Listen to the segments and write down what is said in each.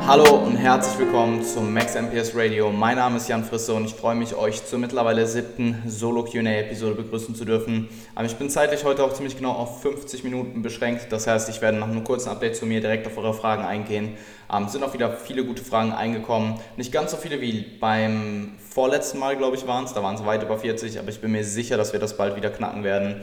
Hallo und herzlich willkommen zum Max MPS Radio. Mein Name ist Jan Frisse und ich freue mich, euch zur mittlerweile 7. Solo-Q&A-Episode begrüßen zu dürfen. Ich bin zeitlich heute auch ziemlich genau auf 50 Minuten beschränkt. Das heißt, ich werde nach einem kurzen Update zu mir direkt auf eure Fragen eingehen. Es sind auch wieder viele gute Fragen eingekommen. Nicht ganz so viele wie beim vorletzten Mal, glaube ich, waren es. Da waren es weit über 40, aber ich bin mir sicher, dass wir das bald wieder knacken werden.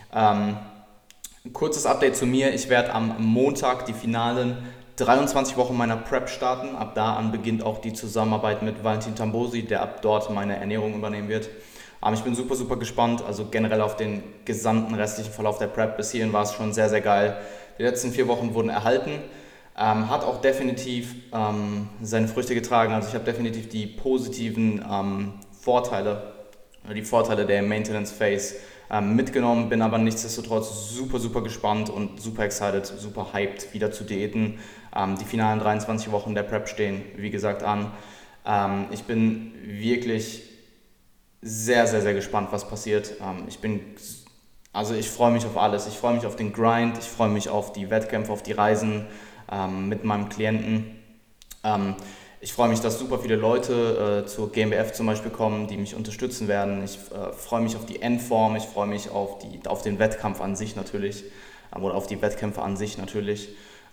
Ein kurzes Update zu mir. Ich werde am Montag die finalen 23 Wochen meiner Prep starten. Ab da an beginnt auch die Zusammenarbeit mit Valentin Tambosi, der ab dort meine Ernährung übernehmen wird. Ich bin super gespannt, also generell auf den gesamten restlichen Verlauf der Prep. Bis hierhin war es schon sehr geil. Die letzten 4 Wochen wurden erhalten. Hat auch definitiv seine Früchte getragen. Also ich habe definitiv die positiven Vorteile der Maintenance Phase mitgenommen, bin aber nichtsdestotrotz super gespannt und super excited, super hyped, wieder zu diäten. Die finalen 23 Wochen der Prep stehen, wie gesagt, an. Ich bin wirklich sehr gespannt, was passiert. Ich freue mich auf alles. Ich freue mich auf den Grind, ich freue mich auf die Wettkämpfe, auf die Reisen mit meinem Klienten. Ich freue mich, dass super viele Leute zur GmbF zum Beispiel kommen, die mich unterstützen werden. Ich freue mich auf die Endform, ich freue mich auf den Wettkampf an sich natürlich, oder auf die Wettkämpfe an sich natürlich.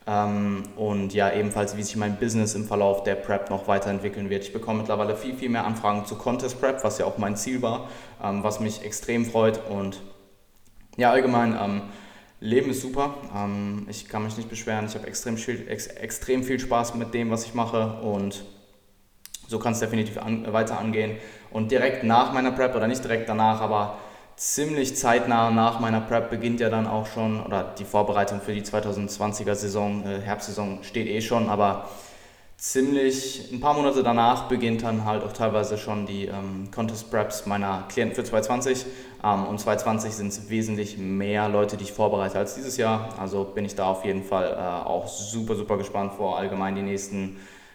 Und ja, ebenfalls, wie sich mein Business im Verlauf der Prep noch weiterentwickeln wird. Ich bekomme mittlerweile viel mehr Anfragen zu Contest Prep, was ja auch mein Ziel war, was mich extrem freut. Und ja, allgemein, Leben ist super, ich kann mich nicht beschweren, ich habe extrem viel Spaß mit dem, was ich mache, und so kann es definitiv weiter angehen. Und direkt nach meiner Prep, oder nicht direkt danach, aber ziemlich zeitnah nach meiner Prep beginnt ja dann auch schon, oder die Vorbereitung für die 2020er Saison, Herbstsaison steht schon, aber ziemlich ein paar Monate danach beginnt dann halt auch teilweise schon die Contest Preps meiner Klienten für 2020. Und 2020 sind es wesentlich mehr Leute, die ich vorbereite als dieses Jahr. Also bin ich da auf jeden Fall auch super gespannt vor. Allgemein die nächsten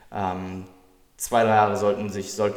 2-3 Jahre sollte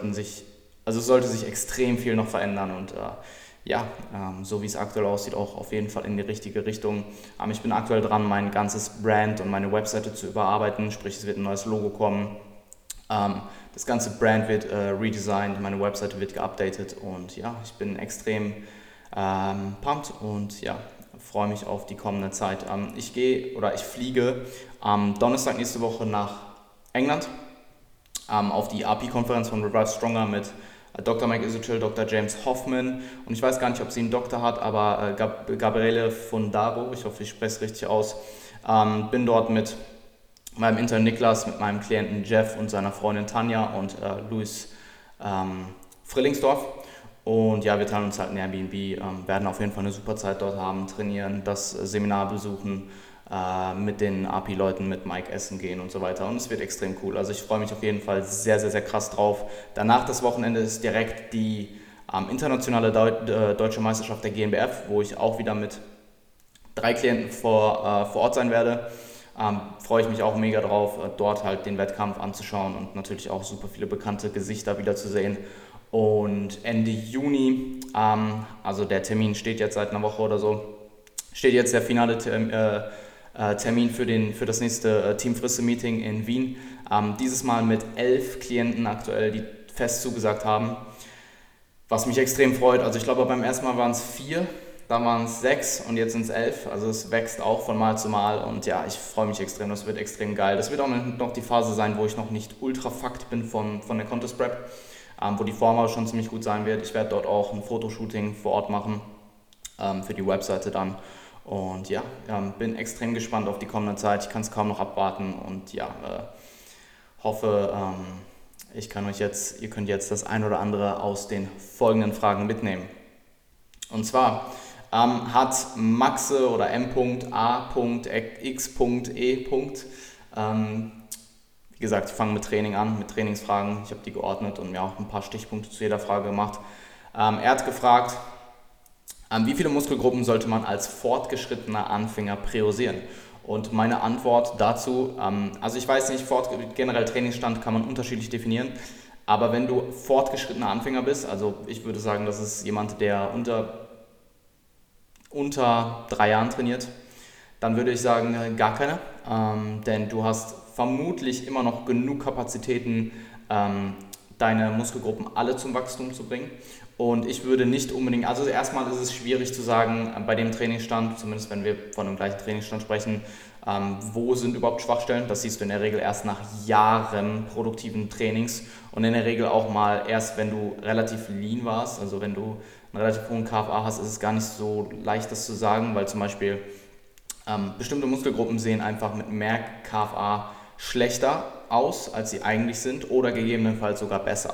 sich extrem viel noch verändern, und so wie es aktuell aussieht, auch auf jeden Fall in die richtige Richtung. Ich bin aktuell dran, mein ganzes Brand und meine Webseite zu überarbeiten, sprich es wird ein neues Logo kommen. Das ganze Brand wird redesigned, meine Webseite wird geupdatet, und ja, ich bin extrem pumped und ja, freue mich auf die kommende Zeit. Ich fliege am Donnerstag nächste Woche nach England auf die RP-Konferenz von Revive Stronger mit Dr. Mike Isochil, Dr. James Hoffman, und ich weiß gar nicht, ob sie einen Doktor hat, aber Gabriele Fundaro, ich hoffe, ich spreche es richtig aus. Bin dort mit meinem Intern Niklas, mit meinem Klienten Jeff und seiner Freundin Tanja und Luis Frillingsdorf. Und ja, wir teilen uns halt ein Airbnb, werden auf jeden Fall eine super Zeit dort haben, trainieren, das Seminar besuchen, mit den API-Leuten, mit Mike essen gehen und so weiter, und es wird extrem cool. Also ich freue mich auf jeden Fall sehr krass drauf. Danach das Wochenende ist direkt die internationale Deutsche Meisterschaft der GmbF, wo ich auch wieder mit 3 Klienten vor Ort sein werde. Freue ich mich auch mega drauf, dort halt den Wettkampf anzuschauen und natürlich auch super viele bekannte Gesichter wieder zu sehen. Und Ende Juni, also der Termin steht jetzt seit einer Woche oder so, steht jetzt der finale Termin für das nächste Team Frisse Meeting in Wien. Dieses Mal mit 11 Klienten aktuell, die fest zugesagt haben, was mich extrem freut. Also ich glaube, beim ersten Mal waren es 4, dann waren es 6 und jetzt sind es 11. Also es wächst auch von Mal zu Mal, und ja, ich freue mich extrem, das wird extrem geil. Das wird auch noch die Phase sein, wo ich noch nicht ultra fucked bin von der Contest Prep, wo die Form auch schon ziemlich gut sein wird. Ich werde dort auch ein Fotoshooting vor Ort machen, für die Webseite dann. Und ja, bin extrem gespannt auf die kommende Zeit. Ich kann es kaum noch abwarten, und ja, hoffe, ihr könnt jetzt das ein oder andere aus den folgenden Fragen mitnehmen. Und zwar hat Maxe oder M.A.X.E. Wie gesagt, ich fange mit Training an, mit Trainingsfragen. Ich habe die geordnet und mir auch ein paar Stichpunkte zu jeder Frage gemacht. Er hat gefragt, wie viele Muskelgruppen sollte man als fortgeschrittener Anfänger priorisieren? Und meine Antwort dazu, also ich weiß nicht, generell Trainingsstand kann man unterschiedlich definieren, aber wenn du fortgeschrittener Anfänger bist, also ich würde sagen, das ist jemand, der unter 3 Jahren trainiert, dann würde ich sagen, gar keine, denn du hast vermutlich immer noch genug Kapazitäten, deine Muskelgruppen alle zum Wachstum zu bringen. Und ich würde nicht unbedingt, also erstmal ist es schwierig zu sagen, bei dem Trainingsstand, zumindest wenn wir von dem gleichen Trainingsstand sprechen, wo sind überhaupt Schwachstellen. Das siehst du in der Regel erst nach Jahren produktiven Trainings und in der Regel auch mal erst, wenn du relativ lean warst, also wenn du einen relativ hohen KFA hast, ist es gar nicht so leicht, das zu sagen, weil zum Beispiel bestimmte Muskelgruppen sehen einfach mit mehr KFA schlechter aus, als sie eigentlich sind oder gegebenenfalls sogar besser.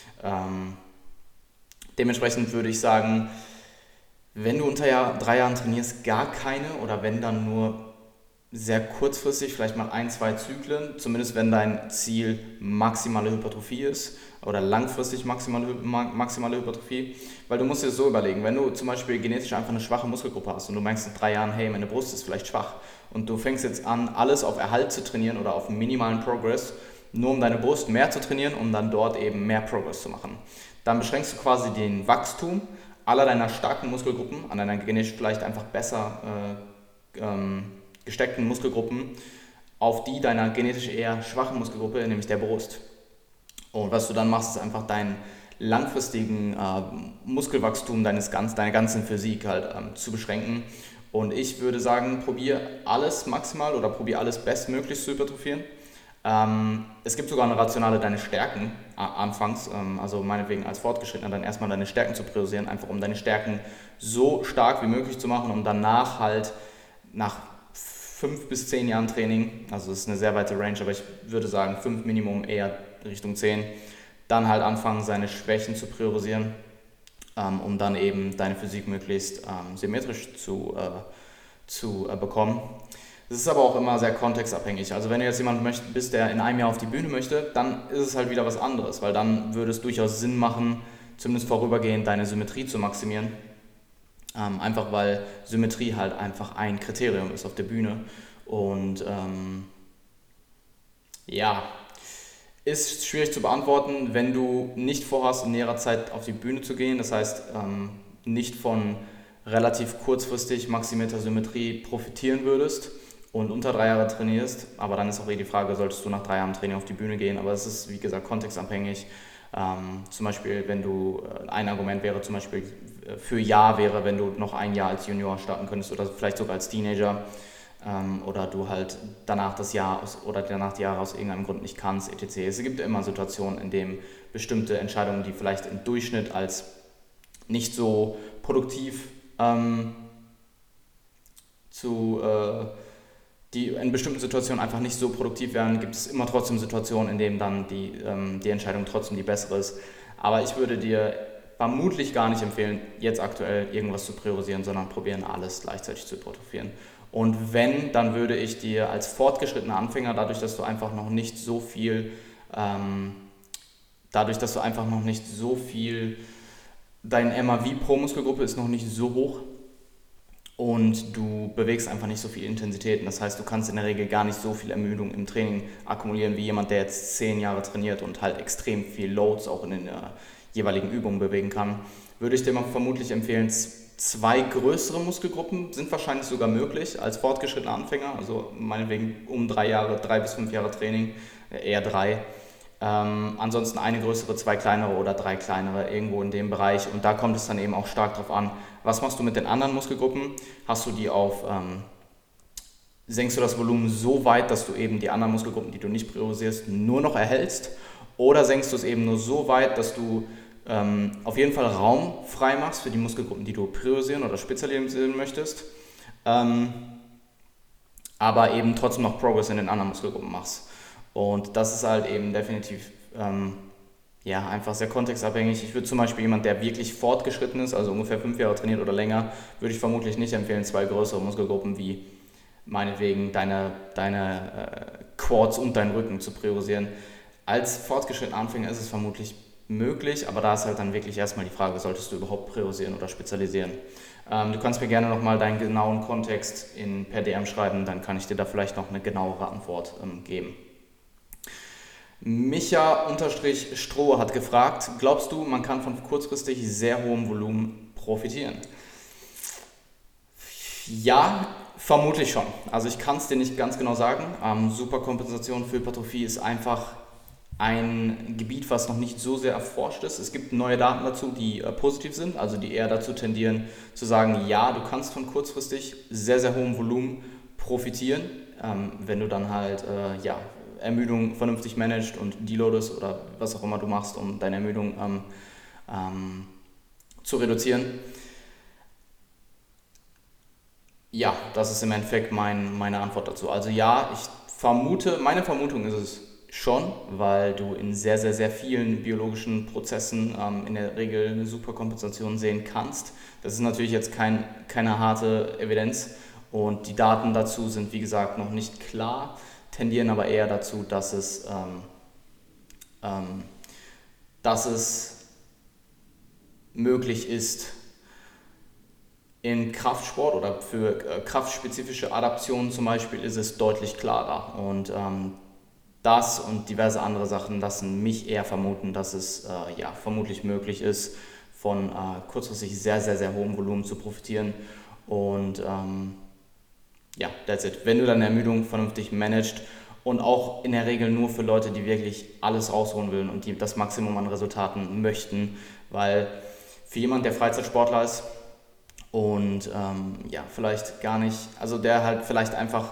Dementsprechend würde ich sagen, wenn du unter 3 Jahren trainierst, gar keine oder wenn dann nur sehr kurzfristig, vielleicht mal 1, 2 Zyklen, zumindest wenn dein Ziel maximale Hypertrophie ist oder langfristig maximale Hypertrophie, weil du musst dir das so überlegen, wenn du zum Beispiel genetisch einfach eine schwache Muskelgruppe hast und du merkst in 3 Jahren, hey, meine Brust ist vielleicht schwach und du fängst jetzt an, alles auf Erhalt zu trainieren oder auf minimalen Progress, nur um deine Brust mehr zu trainieren, um dann dort eben mehr Progress zu machen. Dann beschränkst du quasi den Wachstum aller deiner starken Muskelgruppen an deiner genetisch vielleicht einfach besser gesteckten Muskelgruppen auf die deiner genetisch eher schwachen Muskelgruppe, nämlich der Brust. Und was du dann machst, ist einfach deinen langfristigen Muskelwachstum deiner ganzen Physik halt zu beschränken. Und ich würde sagen, probier alles maximal oder probier alles bestmöglich zu hypertrophieren. Es gibt sogar eine Rationale, deine Stärken anfangs, also meinetwegen als Fortgeschrittener, dann erstmal deine Stärken zu priorisieren, einfach um deine Stärken so stark wie möglich zu machen, um danach halt nach 5 bis 10 Jahren Training, also das ist eine sehr weite Range, aber ich würde sagen 5 Minimum, eher Richtung 10, dann halt anfangen, seine Schwächen zu priorisieren, um dann eben deine Physik möglichst symmetrisch zu bekommen. Das ist aber auch immer sehr kontextabhängig. Also wenn du jetzt jemand bist, der in einem Jahr auf die Bühne möchte, dann ist es halt wieder was anderes, weil dann würde es durchaus Sinn machen, zumindest vorübergehend deine Symmetrie zu maximieren. Einfach weil Symmetrie halt einfach ein Kriterium ist auf der Bühne. Und ist schwierig zu beantworten, wenn du nicht vorhast, in näherer Zeit auf die Bühne zu gehen. Das heißt, nicht von relativ kurzfristig maximierter Symmetrie profitieren würdest und unter 3 Jahre trainierst. Aber dann ist auch die Frage, solltest du nach 3 Jahren Training auf die Bühne gehen? Aber es ist, wie gesagt, kontextabhängig. Zum Beispiel, wenn du, ein Argument wäre zum Beispiel für Ja wäre, wenn du noch 1 Jahr als Junior starten könntest oder vielleicht sogar als Teenager oder du halt danach die Jahre aus irgendeinem Grund nicht kannst, etc. Es gibt immer Situationen, in denen bestimmte Entscheidungen, die vielleicht im Durchschnitt als nicht so produktiv die in bestimmten Situationen einfach nicht so produktiv wären, gibt es immer trotzdem Situationen, in denen dann die Entscheidung trotzdem die bessere ist. Aber ich würde dir vermutlich gar nicht empfehlen, jetzt aktuell irgendwas zu priorisieren, sondern probieren, alles gleichzeitig zu hypertrophieren. Und wenn, dann würde ich dir als fortgeschrittener Anfänger, dadurch, dass du einfach noch nicht so viel, dein MAV pro Muskelgruppe ist noch nicht so hoch, und du bewegst einfach nicht so viel Intensitäten. Das heißt, du kannst in der Regel gar nicht so viel Ermüdung im Training akkumulieren wie jemand, der jetzt 10 Jahre trainiert und halt extrem viel Loads auch in den jeweiligen Übungen bewegen kann. Würde ich dir mal vermutlich empfehlen, 2 größere Muskelgruppen sind wahrscheinlich sogar möglich als fortgeschrittener Anfänger. Also meinetwegen um 3 bis 5 Jahre Training, eher 3. Ansonsten eine größere, 2 kleinere oder 3 kleinere, irgendwo in dem Bereich. Und da kommt es dann eben auch stark drauf an, was machst du mit den anderen Muskelgruppen? Hast du die senkst du das Volumen so weit, dass du eben die anderen Muskelgruppen, die du nicht priorisierst, nur noch erhältst? Oder senkst du es eben nur so weit, dass du auf jeden Fall Raum frei machst für die Muskelgruppen, die du priorisieren oder spezialisieren möchtest, aber eben trotzdem noch Progress in den anderen Muskelgruppen machst? Und das ist halt eben definitiv einfach sehr kontextabhängig. Ich würde zum Beispiel jemand, der wirklich fortgeschritten ist, also ungefähr 5 Jahre trainiert oder länger, würde ich vermutlich nicht empfehlen, 2 größere Muskelgruppen wie meinetwegen deine Quads und deinen Rücken zu priorisieren. Als fortgeschrittener Anfänger ist es vermutlich möglich, aber da ist halt dann wirklich erstmal die Frage, solltest du überhaupt priorisieren oder spezialisieren. Du kannst mir gerne nochmal deinen genauen Kontext per DM schreiben, dann kann ich dir da vielleicht noch eine genauere Antwort geben. Micha-Strohe hat gefragt, glaubst du, man kann von kurzfristig sehr hohem Volumen profitieren? Ja, vermutlich schon. Also ich kann es dir nicht ganz genau sagen. Superkompensation für Hypertrophie ist einfach ein Gebiet, was noch nicht so sehr erforscht ist. Es gibt neue Daten dazu, die positiv sind, also die eher dazu tendieren zu sagen, ja, du kannst von kurzfristig sehr, sehr hohem Volumen profitieren, wenn du dann halt Ermüdung vernünftig managst und deloadest oder was auch immer du machst, um deine Ermüdung zu reduzieren. Ja, das ist im Endeffekt meine Antwort dazu. Also ja, meine Vermutung ist es schon, weil du in sehr, sehr, sehr vielen biologischen Prozessen in der Regel eine Superkompensation sehen kannst. Das ist natürlich jetzt keine harte Evidenz und die Daten dazu sind, wie gesagt, noch nicht klar, tendieren aber eher dazu, dass es möglich ist, in Kraftsport oder für kraftspezifische Adaptionen zum Beispiel ist es deutlich klarer. Und das und diverse andere Sachen lassen mich eher vermuten, dass es vermutlich möglich ist, von kurzfristig sehr, sehr, sehr hohem Volumen zu profitieren. Und that's it. Wenn du deine Ermüdung vernünftig managst und auch in der Regel nur für Leute, die wirklich alles rausholen wollen und die das Maximum an Resultaten möchten, weil für jemanden, der Freizeitsportler ist, und vielleicht gar nicht, also der halt vielleicht einfach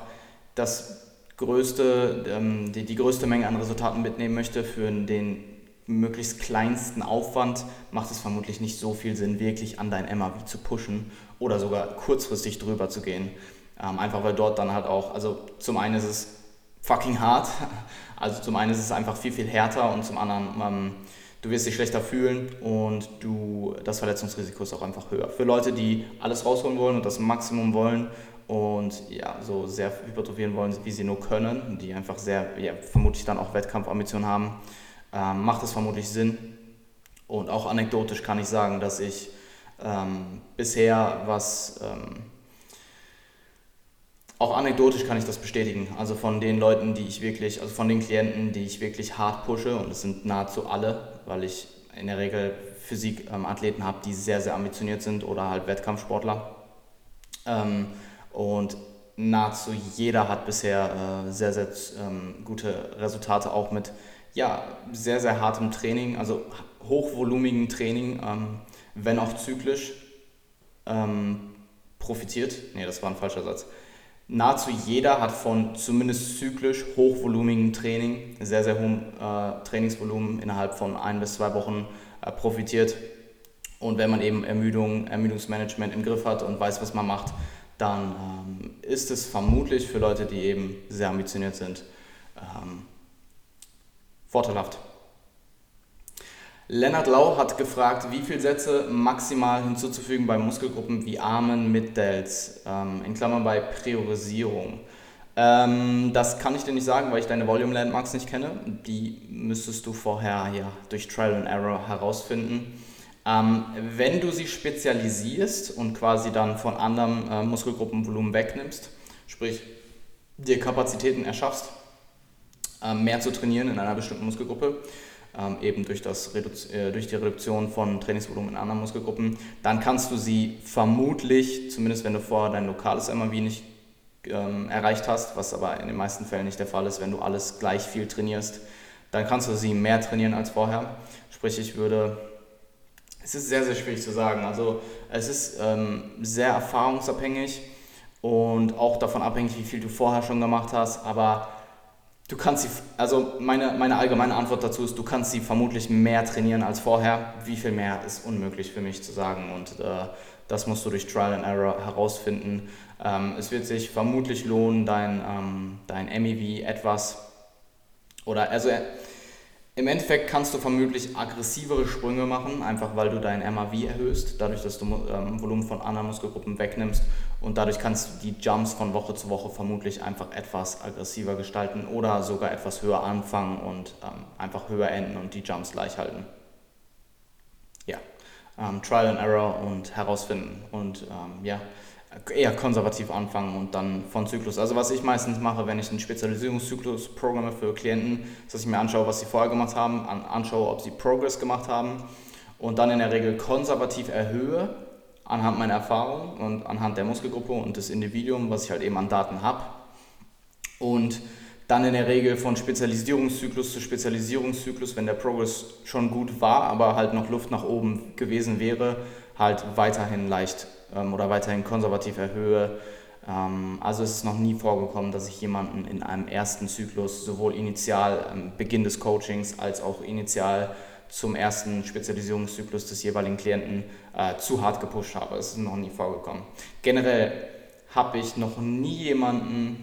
die größte Menge an Resultaten mitnehmen möchte für den möglichst kleinsten Aufwand, macht es vermutlich nicht so viel Sinn, wirklich an dein MAV zu pushen oder sogar kurzfristig drüber zu gehen. Einfach weil dort dann halt auch, also zum einen ist es fucking hart, also zum einen ist es einfach viel, viel härter und zum anderen du wirst dich schlechter fühlen und das Verletzungsrisiko ist auch einfach höher. Für Leute, die alles rausholen wollen und das Maximum wollen und so sehr hypertrophieren wollen, wie sie nur können, die einfach vermutlich dann auch Wettkampfambitionen haben, macht es vermutlich Sinn. Und auch anekdotisch kann ich sagen, dass ich bisher auch anekdotisch kann ich das bestätigen. Also von den Leuten, von den Klienten, die ich wirklich hart pushe, und es sind nahezu alle, weil ich in der Regel Physik-Athleten habe, die sehr, sehr ambitioniert sind oder halt Wettkampfsportler. Und nahezu jeder hat bisher sehr, sehr gute Resultate auch mit sehr, sehr hartem Training, also hochvolumigem Training, wenn auch zyklisch, profitiert. Nee, das war ein falscher Satz. Nahezu jeder hat von zumindest zyklisch hochvolumigem Training, sehr, sehr hohem Trainingsvolumen innerhalb von 1 bis 2 Wochen profitiert. Und wenn man eben Ermüdungsmanagement im Griff hat und weiß, was man macht, dann ist es vermutlich für Leute, die eben sehr ambitioniert sind, vorteilhaft. Lennart Lau hat gefragt, wie viele Sätze maximal hinzuzufügen bei Muskelgruppen wie Armen mit Delts, in Klammern bei Priorisierung. Das kann ich dir nicht sagen, weil ich deine Volume Landmarks nicht kenne. Die müsstest du vorher durch Trial and Error herausfinden. Wenn du sie spezialisierst und quasi dann von anderem Muskelgruppenvolumen wegnimmst, sprich dir Kapazitäten erschaffst, mehr zu trainieren in einer bestimmten Muskelgruppe, eben durch die Reduktion von Trainingsvolumen in anderen Muskelgruppen, dann kannst du sie vermutlich, zumindest wenn du vorher dein lokales MAV nicht erreicht hast, was aber in den meisten Fällen nicht der Fall ist, wenn du alles gleich viel trainierst, dann kannst du sie mehr trainieren als vorher. Sprich, es ist sehr, sehr schwierig zu sagen. Also es ist sehr erfahrungsabhängig und auch davon abhängig, wie viel du vorher schon gemacht hast, aber du kannst sie, also meine allgemeine Antwort dazu ist, du kannst sie vermutlich mehr trainieren als vorher. Wie viel mehr ist unmöglich für mich zu sagen und das musst du durch Trial and Error herausfinden. Es wird sich vermutlich lohnen, dein MEV im Endeffekt kannst du vermutlich aggressivere Sprünge machen, einfach weil du dein MAV erhöhst, dadurch, dass du Volumen von anderen Muskelgruppen wegnimmst und dadurch kannst du die Jumps von Woche zu Woche vermutlich einfach etwas aggressiver gestalten oder sogar etwas höher anfangen und einfach höher enden und die Jumps gleich halten. Trial and Error und herausfinden und eher konservativ anfangen und dann von Zyklus. Also was ich meistens mache, wenn ich einen Spezialisierungszyklus programme für Klienten, ist, dass ich mir anschaue, was sie vorher gemacht haben, anschaue, ob sie Progress gemacht haben und dann in der Regel konservativ erhöhe, anhand meiner Erfahrung und anhand der Muskelgruppe und des Individuums, was ich halt eben an Daten habe. Und dann in der Regel von Spezialisierungszyklus zu Spezialisierungszyklus, wenn der Progress schon gut war, aber halt noch Luft nach oben gewesen wäre, halt weiterhin leicht oder weiterhin konservativ erhöhe. Also es ist noch nie vorgekommen, dass ich jemanden in einem ersten Zyklus sowohl initial am Beginn des Coachings als auch initial zum ersten Spezialisierungszyklus des jeweiligen Klienten zu hart gepusht habe. Es ist noch nie vorgekommen. Generell habe ich noch nie jemanden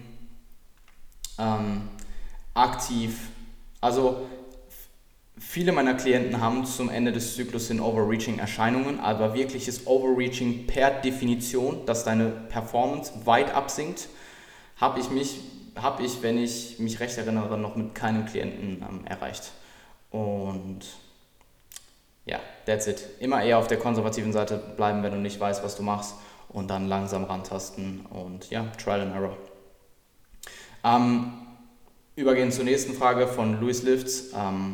aktiv, also viele meiner Klienten haben zum Ende des Zyklus hin Overreaching-Erscheinungen, aber wirkliches Overreaching per Definition, dass deine Performance weit absinkt, habe ich, wenn ich mich recht erinnere, noch mit keinem Klienten erreicht. Und ja, that's it. Immer eher auf der konservativen Seite bleiben, wenn du nicht weißt, was du machst, und dann langsam rantasten und ja, Trial and Error. Übergehen zur nächsten Frage von Louis Lifts.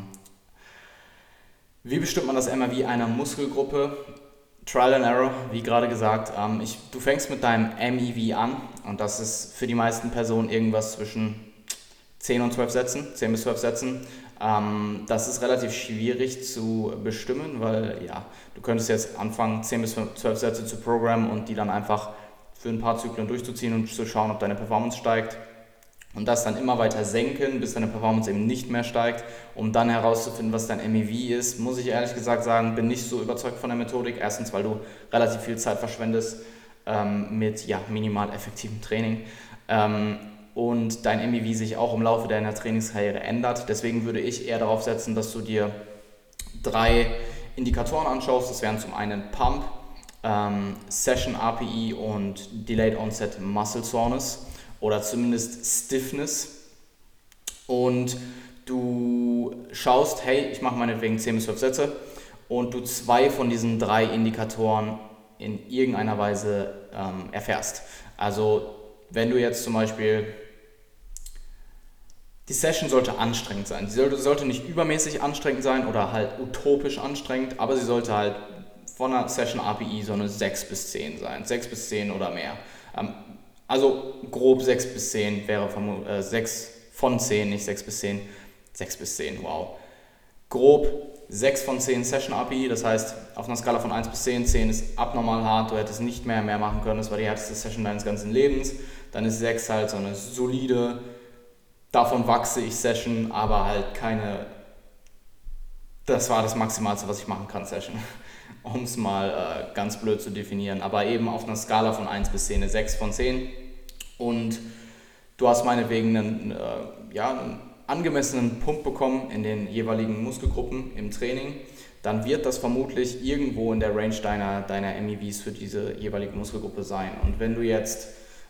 Wie bestimmt man das MRV einer Muskelgruppe? Trial and Error, wie gerade gesagt. Du fängst mit deinem MEV an und das ist für die meisten Personen irgendwas zwischen 10 bis 12 Sätzen. Das ist relativ schwierig zu bestimmen, weil ja, du könntest jetzt anfangen, 10 bis 12 Sätze zu programmen und die dann einfach für ein paar Zyklen durchzuziehen und zu schauen, ob deine Performance steigt. Und das dann immer weiter senken, bis deine Performance eben nicht mehr steigt, um dann herauszufinden, was dein MEV ist. Muss ich ehrlich gesagt sagen, bin nicht so überzeugt von der Methodik. Erstens, weil du relativ viel Zeit verschwendest mit minimal effektivem Training und dein MEV sich auch im Laufe deiner Trainingskarriere ändert. Deswegen würde ich eher darauf setzen, dass du dir 3 Indikatoren anschaust. Das wären zum einen Pump, Session RPE und Delayed Onset Muscle Soreness. Oder zumindest Stiffness, und du schaust, hey, ich mache meinetwegen 10 bis 12 Sätze, und du 2 von diesen 3 Indikatoren in irgendeiner Weise erfährst. Also wenn du jetzt zum Beispiel, die Session sollte anstrengend sein, sie sollte nicht übermäßig anstrengend sein oder halt utopisch anstrengend, aber sie sollte halt von einer Session RPE so eine 6 bis 10 sein, 6 bis 10 oder mehr. Also grob 6 bis 10 wäre 6 von 10, nicht 6 bis 10, 6 bis 10, wow. Grob 6 von 10 Session RPE, das heißt auf einer Skala von 1 bis 10, 10 ist abnormal hart, du hättest nicht mehr machen können, das war die härteste Session deines ganzen Lebens. Dann ist 6 halt so eine solide, davon wachse ich Session, aber halt keine, das war das Maximalste, was ich machen kann, Session. Um es mal ganz blöd zu definieren, aber eben auf einer Skala von 1 bis 10 eine 6 von 10, und du hast meinetwegen einen angemessenen Pump bekommen in den jeweiligen Muskelgruppen im Training, dann wird das vermutlich irgendwo in der Range deiner MEVs für diese jeweilige Muskelgruppe sein. Und wenn du jetzt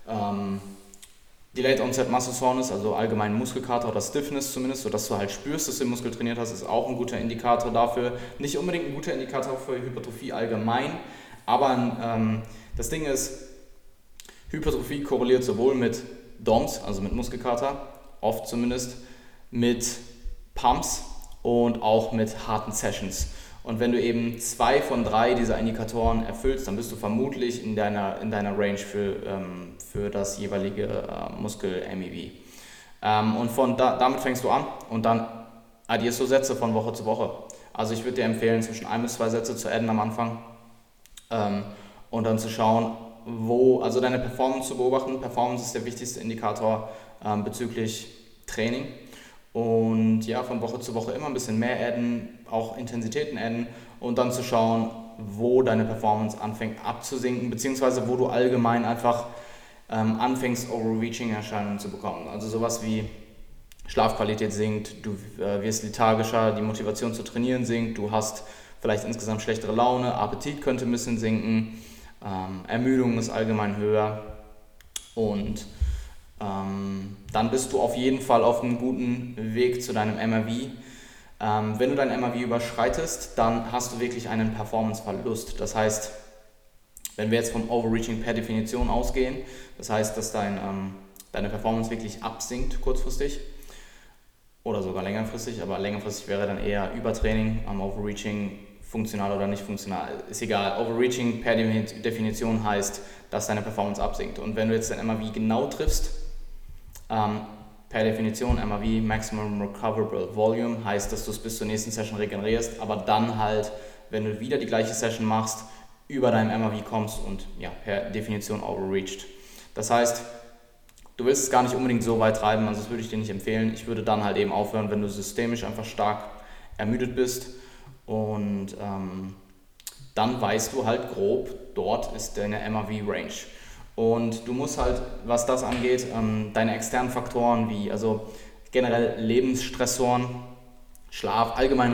Delayed Onset Muscle Soreness, also allgemein Muskelkater oder Stiffness zumindest, sodass du halt spürst, dass du den Muskel trainiert hast, ist auch ein guter Indikator dafür. Nicht unbedingt ein guter Indikator für Hypertrophie allgemein, aber das Ding ist, Hypertrophie korreliert sowohl mit DOMS, also mit Muskelkater, oft zumindest, mit Pumps und auch mit harten Sessions. Und wenn du eben 2 von 3 dieser Indikatoren erfüllst, dann bist du vermutlich in deiner Range für das jeweilige Muskel-MEV. Und damit fängst du an und dann addierst du Sätze von Woche zu Woche. Also ich würde dir empfehlen, zwischen 1 bis 2 Sätze zu adden am Anfang und dann zu schauen, also deine Performance zu beobachten. Performance ist der wichtigste Indikator bezüglich Training. Und ja, von Woche zu Woche immer ein bisschen mehr adden, auch Intensitäten adden, und dann zu schauen, wo deine Performance anfängt abzusinken, beziehungsweise wo du allgemein einfach anfängst, Overreaching-Erscheinungen zu bekommen. Also sowas wie Schlafqualität sinkt, du wirst lethargischer, die Motivation zu trainieren sinkt, du hast vielleicht insgesamt schlechtere Laune, Appetit könnte ein bisschen sinken, Ermüdung ist allgemein höher, und dann bist du auf jeden Fall auf einem guten Weg zu deinem MRV. Wenn du dein MRV überschreitest, dann hast du wirklich einen Performance-Verlust. Das heißt, wenn wir jetzt vom Overreaching per Definition ausgehen, das heißt, dass deine Performance wirklich absinkt kurzfristig oder sogar längerfristig, aber längerfristig wäre dann eher Übertraining, am Overreaching funktional oder nicht funktional, ist egal. Overreaching per Definition heißt, dass deine Performance absinkt. Und wenn du jetzt dein MAV genau triffst, per Definition MAV, Maximum Recoverable Volume, heißt, dass du es bis zur nächsten Session regenerierst, aber dann halt, wenn du wieder die gleiche Session machst, über deinem MAV kommst und ja, per Definition overreached. Das heißt, du willst es gar nicht unbedingt so weit treiben, also das würde ich dir nicht empfehlen. Ich würde dann halt eben aufhören, wenn du systemisch einfach stark ermüdet bist und dann weißt du halt grob, dort ist deine MAV-Range. Und du musst halt, was das angeht, deine externen Faktoren wie also generell Lebensstressoren, Schlaf, allgemeine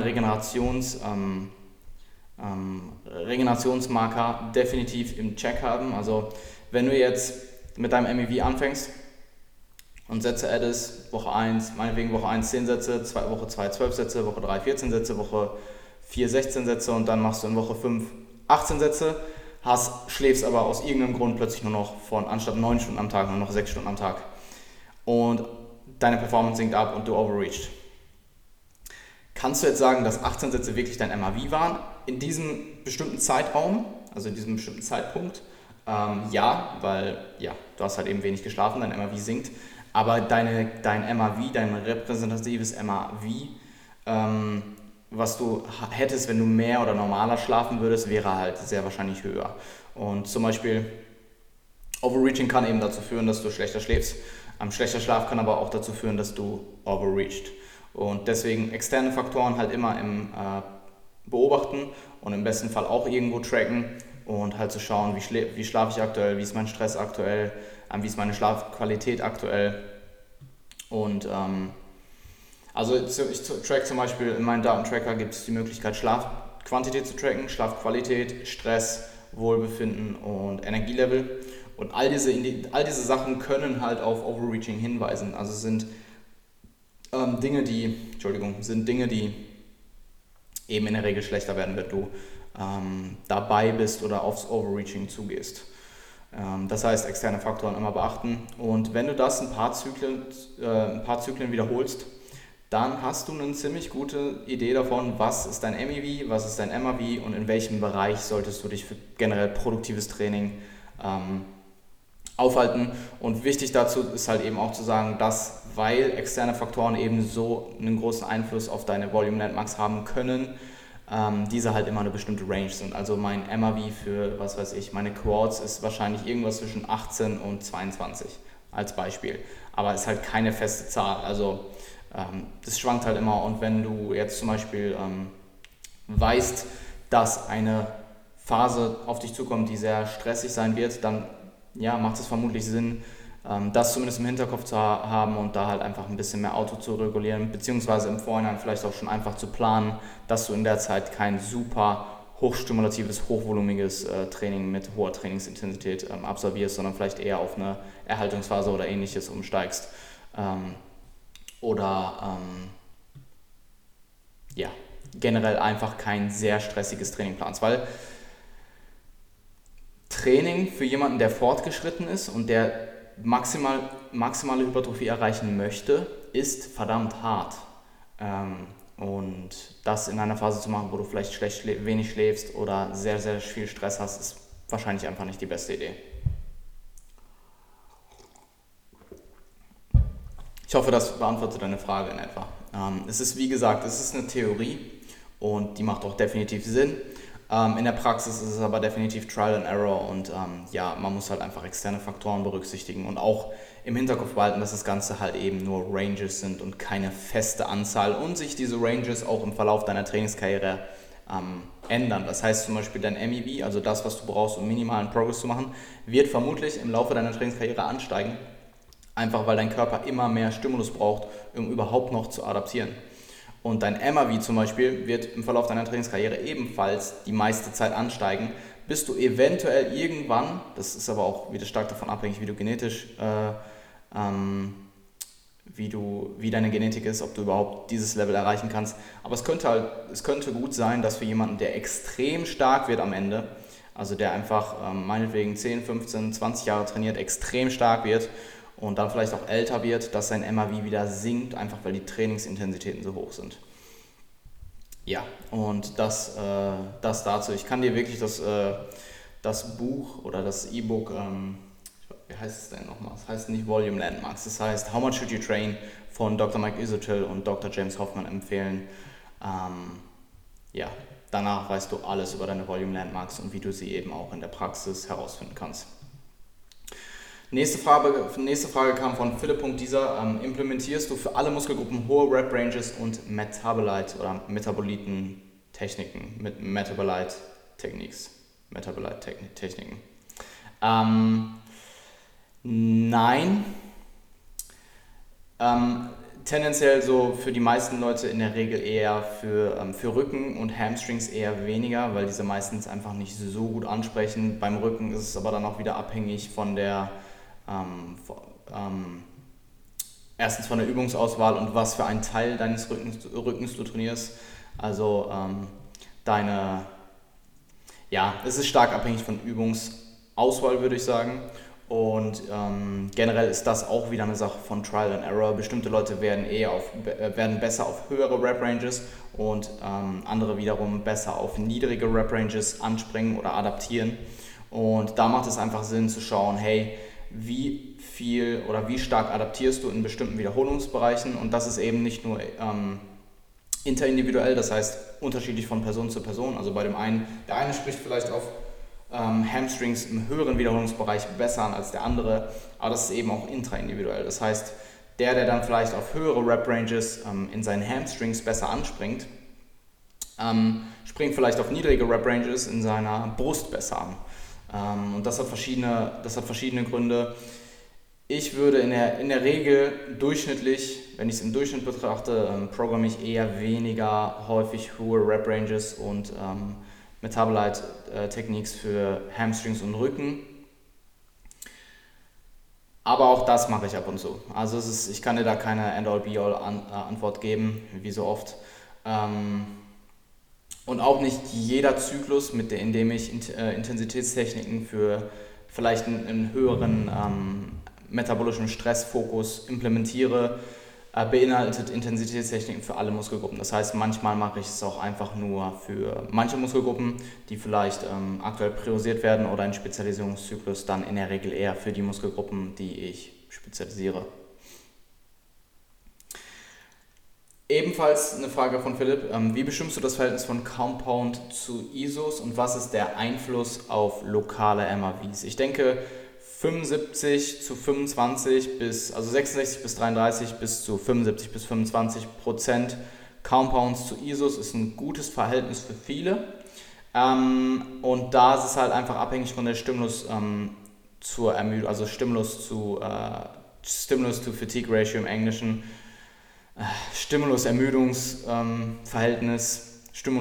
Regenerationsmarker definitiv im Check haben. Also wenn du jetzt mit deinem MEV anfängst und Sätze addest, Woche 1, meinetwegen Woche 1 10 Sätze, Woche 2 12 Sätze, Woche 3 14 Sätze, Woche 4 16 Sätze und dann machst du in Woche 5 18 Sätze, schläfst aber aus irgendeinem Grund plötzlich nur noch anstatt 9 Stunden am Tag nur noch 6 Stunden am Tag und deine Performance sinkt ab und du overreached. Kannst du jetzt sagen, dass 18 Sätze wirklich dein MAV waren in diesem bestimmten Zeitraum, also in diesem bestimmten Zeitpunkt? Ja, weil ja, du hast halt eben wenig geschlafen, dein MAV sinkt, aber dein MAV, dein repräsentatives MAV, was du hättest, wenn du mehr oder normaler schlafen würdest, wäre halt sehr wahrscheinlich höher. Und zum Beispiel Overreaching kann eben dazu führen, dass du schlechter schläfst. Schlechter Schlaf kann aber auch dazu führen, dass du overreached. Und deswegen externe Faktoren halt immer im beobachten und im besten Fall auch irgendwo tracken und halt zu schauen, wie schlafe ich aktuell, wie ist mein Stress aktuell, wie ist meine Schlafqualität aktuell. Und also ich track zum Beispiel, in meinem Datentracker gibt es die Möglichkeit, Schlafquantität zu tracken, Schlafqualität, Stress, Wohlbefinden und Energielevel. Und all diese Sachen können halt auf Overreaching hinweisen. Also sind Dinge, die eben in der Regel schlechter werden, wenn du dabei bist oder aufs Overreaching zugehst. Das heißt, externe Faktoren immer beachten. Und wenn du das ein paar Zyklen wiederholst, dann hast du eine ziemlich gute Idee davon, was ist dein MEV, was ist dein MAV und in welchem Bereich solltest du dich für generell produktives Training aufhalten. Und wichtig dazu ist halt eben auch zu sagen, dass, weil externe Faktoren eben so einen großen Einfluss auf deine Volume Landmarks haben können, diese halt immer eine bestimmte Range sind. Also mein MAV für, was weiß ich, meine Quads ist wahrscheinlich irgendwas zwischen 18 und 22 als Beispiel. Aber ist halt keine feste Zahl. Also das schwankt halt immer. Und wenn du jetzt zum Beispiel weißt, dass eine Phase auf dich zukommt, die sehr stressig sein wird, dann ja, macht es vermutlich Sinn, das zumindest im Hinterkopf zu haben und da halt einfach ein bisschen mehr Auto zu regulieren, beziehungsweise im Vorhinein vielleicht auch schon einfach zu planen, dass du in der Zeit kein super hochstimulatives, hochvolumiges Training mit hoher Trainingsintensität absolvierst, sondern vielleicht eher auf eine Erhaltungsphase oder ähnliches umsteigst. Ja, generell einfach kein sehr stressiges Training planst, weil Training für jemanden, der fortgeschritten ist und der maximale Hypertrophie erreichen möchte, ist verdammt hart. Und das in einer Phase zu machen, wo du vielleicht wenig schläfst oder sehr, sehr viel Stress hast, ist wahrscheinlich einfach nicht die beste Idee. Ich hoffe, das beantwortet deine Frage in etwa. Es ist, wie gesagt, es ist eine Theorie und die macht auch definitiv Sinn. In der Praxis ist es aber definitiv Trial and Error und ja, man muss halt einfach externe Faktoren berücksichtigen und auch im Hinterkopf behalten, dass das Ganze halt eben nur Ranges sind und keine feste Anzahl und sich diese Ranges auch im Verlauf deiner Trainingskarriere ändern. Das heißt zum Beispiel dein MEV, also das, was du brauchst, um minimalen Progress zu machen, wird vermutlich im Laufe deiner Trainingskarriere ansteigen, einfach weil dein Körper immer mehr Stimulus braucht, um überhaupt noch zu adaptieren. Und dein MAV zum Beispiel wird im Verlauf deiner Trainingskarriere ebenfalls die meiste Zeit ansteigen, bis du eventuell irgendwann, das ist aber auch wieder stark davon abhängig, wie du genetisch, wie deine Genetik ist, ob du überhaupt dieses Level erreichen kannst. Aber es könnte gut sein, dass für jemanden, der extrem stark wird am Ende, also der einfach meinetwegen 10, 15, 20 Jahre trainiert, extrem stark wird, und dann vielleicht auch älter wird, dass sein MAV wieder sinkt, einfach weil die Trainingsintensitäten so hoch sind. Ja, und das dazu. Ich kann dir wirklich das Buch oder das E-Book, wie heißt es denn nochmal? Es heißt nicht Volume Landmarks, es heißt How Much Should You Train von Dr. Mike Isotil und Dr. James Hoffman empfehlen. Ja, danach weißt du alles über deine Volume Landmarks und wie du sie eben auch in der Praxis herausfinden kannst. Nächste Frage kam von Philipp.dieser. Implementierst du für alle Muskelgruppen hohe Rep-Ranges und Metabolite- oder Metaboliten-Techniken mit Metabolite-Techniken? Nein. Tendenziell so für die meisten Leute in der Regel eher für Rücken und Hamstrings eher weniger, weil diese meistens einfach nicht so gut ansprechen. Beim Rücken ist es aber dann auch wieder abhängig von der erstens von der Übungsauswahl und was für einen Teil deines Rückens du trainierst. Also es ist stark abhängig von Übungsauswahl, würde ich sagen. Und generell ist das auch wieder eine Sache von Trial and Error. Bestimmte Leute werden besser auf höhere Rep-Ranges und andere wiederum besser auf niedrige Rep-Ranges anspringen oder adaptieren. Und da macht es einfach Sinn zu schauen, hey, wie viel oder wie stark adaptierst du in bestimmten Wiederholungsbereichen, und das ist eben nicht nur interindividuell, das heißt unterschiedlich von Person zu Person. Also bei dem einen, der eine spricht vielleicht auf Hamstrings im höheren Wiederholungsbereich besser an als der andere, aber das ist eben auch intraindividuell. Das heißt, der dann vielleicht auf höhere Rep-Ranges in seinen Hamstrings besser anspringt, springt vielleicht auf niedrige Rep-Ranges in seiner Brust besser an. Und das hat verschiedene Gründe. Ich würde in der Regel durchschnittlich, wenn ich es im Durchschnitt betrachte, programme ich eher weniger häufig hohe Rep-Ranges und Metabolite-Techniques für Hamstrings und Rücken. Aber auch das mache ich ab und zu. Also ich kann dir da keine End-all-Be-all-Antwort geben, wie so oft. Und auch nicht jeder Zyklus, in dem ich Intensitätstechniken für vielleicht einen höheren metabolischen Stressfokus implementiere, beinhaltet Intensitätstechniken für alle Muskelgruppen. Das heißt, manchmal mache ich es auch einfach nur für manche Muskelgruppen, die vielleicht aktuell priorisiert werden, oder ein Spezialisierungszyklus dann in der Regel eher für die Muskelgruppen, die ich spezialisiere. Ebenfalls eine Frage von Philipp. Wie bestimmst du das Verhältnis von Compound zu ISOs und was ist der Einfluss auf lokale MAVs? Ich denke 75 zu 25 also 66 bis 33 bis zu 75 bis 25% Compounds zu ISOs ist ein gutes Verhältnis für viele. Und da ist es halt einfach abhängig von der Stimulus zur Ermüdung, also Stimulus to Fatigue Ratio im Englischen. Stimulus-Ermüdungsverhältnis,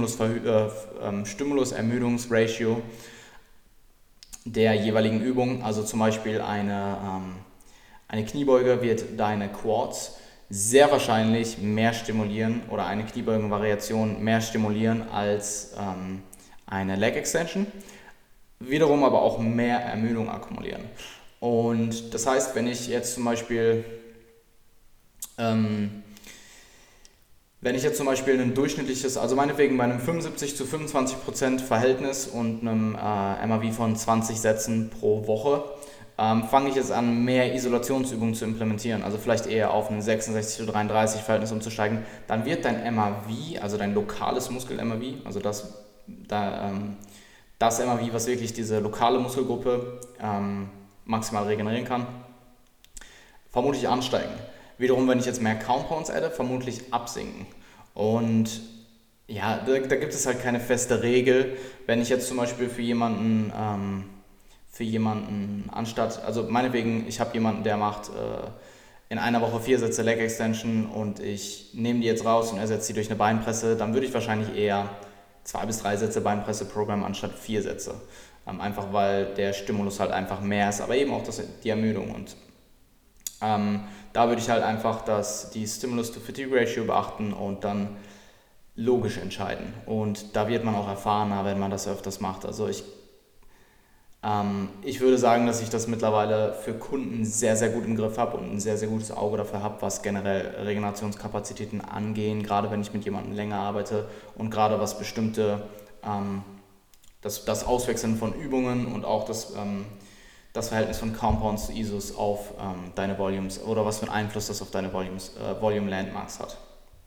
Stimulus-Ermüdungsratio der jeweiligen Übung. Also zum Beispiel eine Kniebeuge wird deine Quads sehr wahrscheinlich mehr stimulieren oder eine Kniebeugen-Variation mehr stimulieren als eine Leg Extension, wiederum aber auch mehr Ermüdung akkumulieren. Und das heißt, wenn ich jetzt zum Beispiel ein durchschnittliches, also meinetwegen bei einem 75 zu 25% Verhältnis und einem MAV von 20 Sätzen pro Woche, fange ich jetzt an, mehr Isolationsübungen zu implementieren, also vielleicht eher auf ein 66 zu 33 Verhältnis umzusteigen, dann wird dein MAV, also dein lokales Muskel-MAV, also das MAV, was wirklich diese lokale Muskelgruppe maximal regenerieren kann, vermutlich ansteigen. Wiederum, wenn ich jetzt mehr Compounds adde, vermutlich absinken. Und ja, da gibt es halt keine feste Regel. Wenn ich jetzt zum Beispiel für jemanden anstatt, also meinetwegen, ich habe jemanden, der macht in einer Woche 4 Sätze Leg Extension und ich nehme die jetzt raus und ersetze die durch eine Beinpresse, dann würde ich wahrscheinlich eher 2 bis 3 Sätze Beinpresse programmen anstatt 4 Sätze. Einfach weil der Stimulus halt einfach mehr ist, aber eben auch die Ermüdung. Und da würde ich halt einfach die Stimulus-to-Fatigue-Ratio beachten und dann logisch entscheiden. Und da wird man auch erfahrener, wenn man das öfters macht. Also Ich würde sagen, dass ich das mittlerweile für Kunden sehr, sehr gut im Griff habe und ein sehr, sehr gutes Auge dafür habe, was generell Regenerationskapazitäten angehen, gerade wenn ich mit jemandem länger arbeite und gerade was bestimmte, das Auswechseln von Übungen und auch das Verhältnis von Compounds zu Isos auf deine Volumes oder was für einen Einfluss das auf deine Volume Landmarks hat.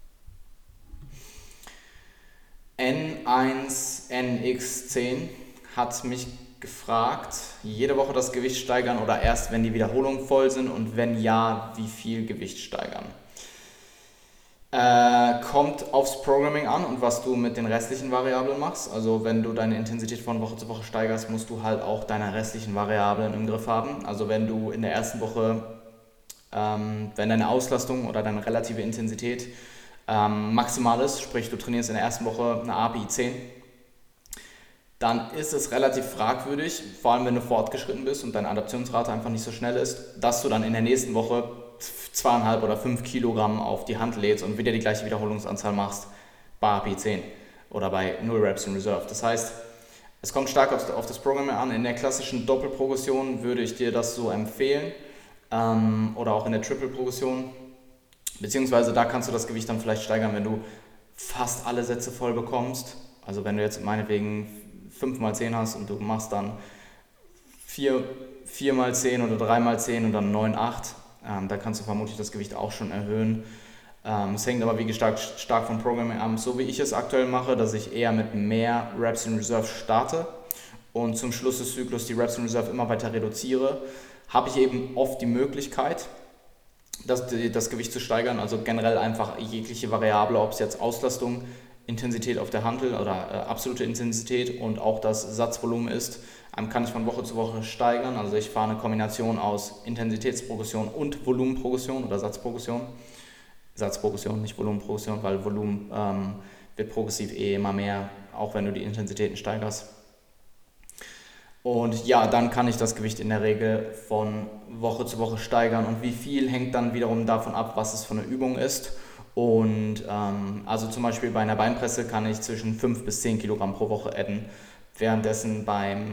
N1NX10 hat mich gefragt, jede Woche das Gewicht steigern oder erst, wenn die Wiederholungen voll sind, und wenn ja, wie viel Gewicht steigern? Kommt aufs Programming an und was du mit den restlichen Variablen machst. Also wenn du deine Intensität von Woche zu Woche steigerst, musst du halt auch deine restlichen Variablen im Griff haben. Also wenn du in der ersten Woche, wenn deine Auslastung oder deine relative Intensität maximal ist, sprich du trainierst in der ersten Woche eine API 10, dann ist es relativ fragwürdig, vor allem wenn du fortgeschritten bist und deine Adaptionsrate einfach nicht so schnell ist, dass du dann in der nächsten Woche 2,5 oder 5 Kilogramm auf die Hand lädst und wieder die gleiche Wiederholungsanzahl machst bei API 10 oder bei 0 Reps in Reserve. Das heißt, es kommt stark auf das Programm an. In der klassischen Doppelprogression würde ich dir das so empfehlen, oder auch in der Triple-Progression, beziehungsweise da kannst du das Gewicht dann vielleicht steigern, wenn du fast alle Sätze voll bekommst. Also wenn du jetzt meinetwegen 5x10 hast und du machst dann 4x10 oder 3x10 und dann 9x8, da kannst du vermutlich das Gewicht auch schon erhöhen. Es hängt aber wie gesagt stark vom Programming ab. So wie ich es aktuell mache, dass ich eher mit mehr Reps in Reserve starte und zum Schluss des Zyklus die Reps in Reserve immer weiter reduziere, habe ich eben oft die Möglichkeit, das Gewicht zu steigern, also generell einfach jegliche Variable, ob es jetzt Auslastung, Intensität auf der Hantel oder absolute Intensität und auch das Satzvolumen ist, kann ich von Woche zu Woche steigern. Also ich fahre eine Kombination aus Intensitätsprogression und Volumenprogression oder Satzprogression. Satzprogression, nicht Volumenprogression, weil Volumen wird progressiv immer mehr, auch wenn du die Intensitäten steigerst. Und ja, dann kann ich das Gewicht in der Regel von Woche zu Woche steigern. Und wie viel hängt dann wiederum davon ab, was es für eine Übung ist. Und also zum Beispiel bei einer Beinpresse kann ich zwischen 5 bis 10 Kilogramm pro Woche adden, währenddessen beim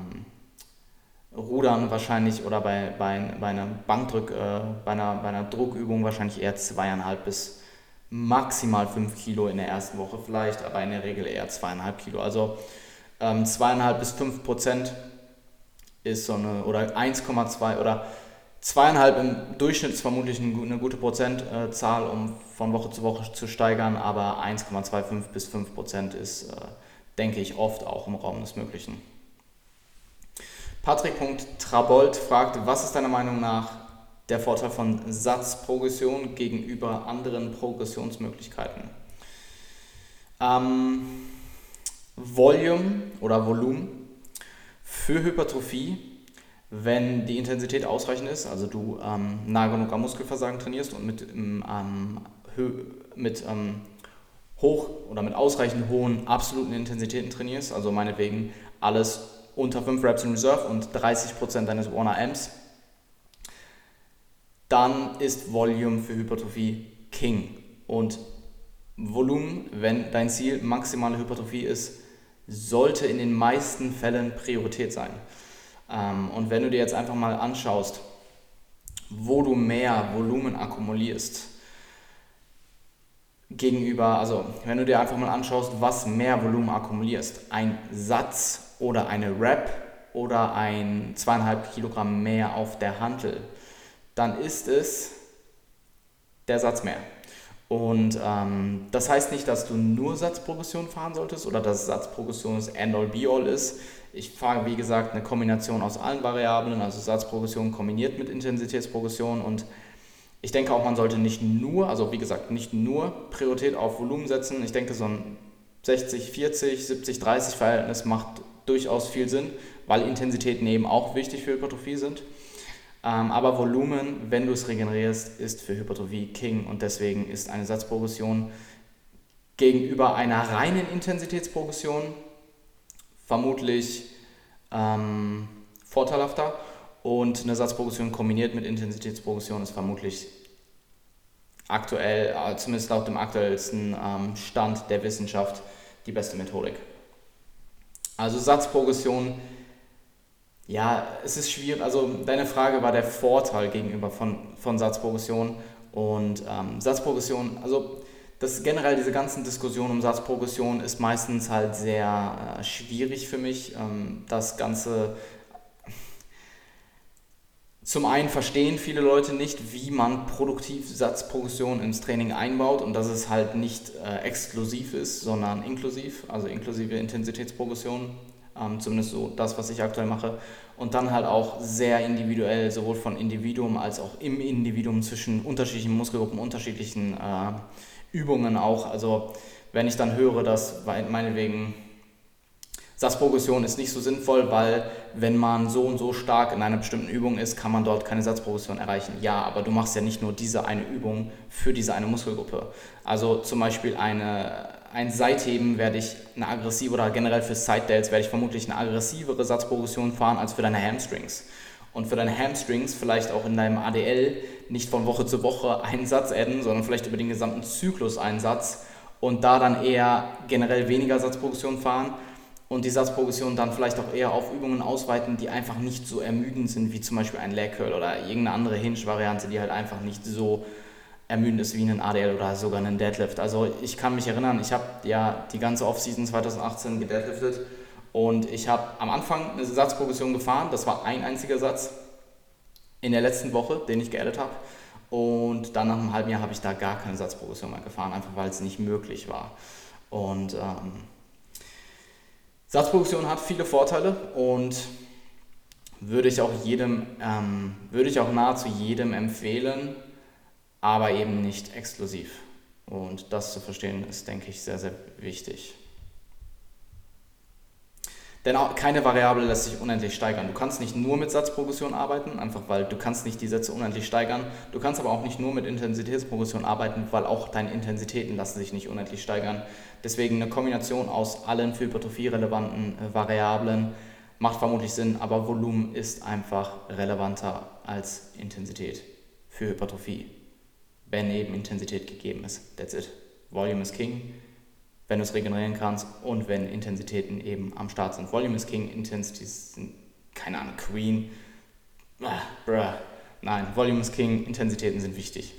Rudern wahrscheinlich oder bei einer bei einer Druckübung wahrscheinlich eher 2,5 bis maximal 5 Kilo in der ersten Woche vielleicht, aber in der Regel eher 2,5 Kilo. Also 2,5 bis 5% ist so eine, oder 1,2 oder 2,5 im Durchschnitt ist vermutlich eine gute Prozentzahl, um von Woche zu Woche zu steigern, aber 1,25 bis 5% ist, denke ich, oft auch im Raum des Möglichen. Patrick.Trabold fragt, was ist deiner Meinung nach der Vorteil von Satzprogression gegenüber anderen Progressionsmöglichkeiten? Volume oder Volumen für Hypertrophie, wenn die Intensität ausreichend ist, also du nah genug am Muskelversagen trainierst und mit hoch oder mit ausreichend hohen absoluten Intensitäten trainierst, also meinetwegen alles unter 5 Reps in Reserve und 30% deines 1RMs, dann ist Volume für Hypertrophie King. Und Volumen, wenn dein Ziel maximale Hypertrophie ist, sollte in den meisten Fällen Priorität sein. Und wenn du dir jetzt einfach mal anschaust, wo du mehr Volumen akkumulierst, also wenn du dir einfach mal anschaust, was mehr Volumen akkumulierst, ein Satz oder eine Rep oder ein 2,5 Kilogramm mehr auf der Hantel, dann ist es der Satz mehr. Und das heißt nicht, dass du nur Satzprogression fahren solltest oder dass Satzprogression das End-all Be-all ist. Ich fahre, wie gesagt, eine Kombination aus allen Variablen, also Satzprogression kombiniert mit Intensitätsprogression, und ich denke auch, man sollte nicht nur Priorität auf Volumen setzen. Ich denke, so ein 60-40, 70-30 Verhältnis macht durchaus viel Sinn, weil Intensitäten eben auch wichtig für Hypertrophie sind. Aber Volumen, wenn du es regenerierst, ist für Hypertrophie King, und deswegen ist eine Satzprogression gegenüber einer reinen Intensitätsprogression vermutlich vorteilhafter, und eine Satzprogression kombiniert mit Intensitätsprogression ist vermutlich aktuell, zumindest laut dem aktuellsten Stand der Wissenschaft, die beste Methodik. Also Satzprogression Ja, es ist schwierig. Also deine Frage war der Vorteil gegenüber von Satzprogression und Satzprogression. Also das generell diese ganzen Diskussionen um Satzprogression ist meistens halt sehr schwierig für mich. Das Ganze zum einen verstehen viele Leute nicht, wie man produktiv Satzprogression ins Training einbaut und dass es halt nicht exklusiv ist, sondern inklusiv, also inklusive Intensitätsprogression, zumindest so das, was ich aktuell mache. Und dann halt auch sehr individuell, sowohl von Individuum als auch im Individuum zwischen unterschiedlichen Muskelgruppen, unterschiedlichen Übungen auch. Also wenn ich dann höre, dass meinetwegen Satzprogression ist nicht so sinnvoll, weil wenn man so und so stark in einer bestimmten Übung ist, kann man dort keine Satzprogression erreichen. Ja, aber du machst ja nicht nur diese eine Übung für diese eine Muskelgruppe. Also zum Beispiel ein Seitheben werde ich eine aggressive, oder generell für Side Delts werde ich vermutlich eine aggressivere Satzprogression fahren als für deine Hamstrings. Und für deine Hamstrings vielleicht auch in deinem ADL nicht von Woche zu Woche einen Satz adden, sondern vielleicht über den gesamten Zyklus einen Satz und da dann eher generell weniger Satzprogression fahren und die Satzprogression dann vielleicht auch eher auf Übungen ausweiten, die einfach nicht so ermüdend sind, wie zum Beispiel ein Leg Curl oder irgendeine andere Hinge-Variante, die halt einfach nicht so ermüdend ist wie ein ADL oder sogar einen Deadlift. Also ich kann mich erinnern, ich habe ja die ganze Offseason 2018 gedeadliftet und ich habe am Anfang eine Satzprogression gefahren, das war ein einziger Satz in der letzten Woche, den ich geaddet habe. Und dann nach einem halben Jahr habe ich da gar keine Satzprogression mehr gefahren, einfach weil es nicht möglich war. Und Satzprogression hat viele Vorteile und würde ich auch nahezu jedem empfehlen, aber eben nicht exklusiv. Und das zu verstehen ist, denke ich, sehr, sehr wichtig. Denn auch keine Variable lässt sich unendlich steigern. Du kannst nicht nur mit Satzprogression arbeiten, einfach weil du kannst nicht die Sätze unendlich steigern. Du kannst aber auch nicht nur mit Intensitätsprogression arbeiten, weil auch deine Intensitäten lassen sich nicht unendlich steigern. Deswegen eine Kombination aus allen für Hypertrophie relevanten Variablen macht vermutlich Sinn, aber Volumen ist einfach relevanter als Intensität für Hypertrophie, wenn eben Intensität gegeben ist. That's it. Volume is king. Wenn du es regenerieren kannst und wenn Intensitäten eben am Start sind. Volume is King, Intensities sind, keine Ahnung, Queen. Nein, Volume is King, Intensitäten sind wichtig.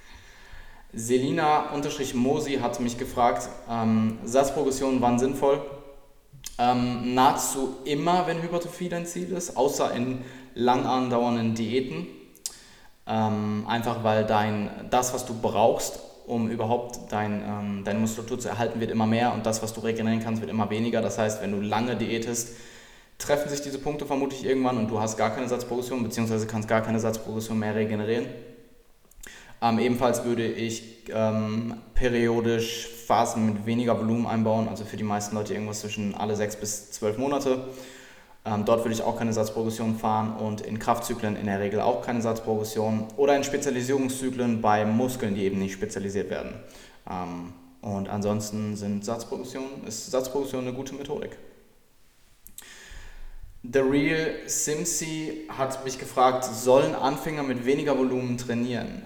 Selina-Mosi hat mich gefragt, Satzprogressionen waren sinnvoll. Nahezu immer, wenn Hypertrophie dein Ziel ist, außer in lang andauernden Diäten. Einfach weil das, was du brauchst, um überhaupt deine Muskulatur zu erhalten, wird immer mehr und das, was du regenerieren kannst, wird immer weniger. Das heißt, wenn du lange diätest, treffen sich diese Punkte vermutlich irgendwann und du hast gar keine Satzprogression, beziehungsweise kannst gar keine Satzprogression mehr regenerieren. Ebenfalls würde ich periodisch Phasen mit weniger Volumen einbauen, also für die meisten Leute irgendwas zwischen alle 6 bis 12 Monate. Dort würde ich auch keine Satzprogression fahren und in Kraftzyklen in der Regel auch keine Satzprogression oder in Spezialisierungszyklen bei Muskeln, die eben nicht spezialisiert werden. Und ansonsten ist Satzprogression eine gute Methodik. The Real Simsi hat mich gefragt, sollen Anfänger mit weniger Volumen trainieren?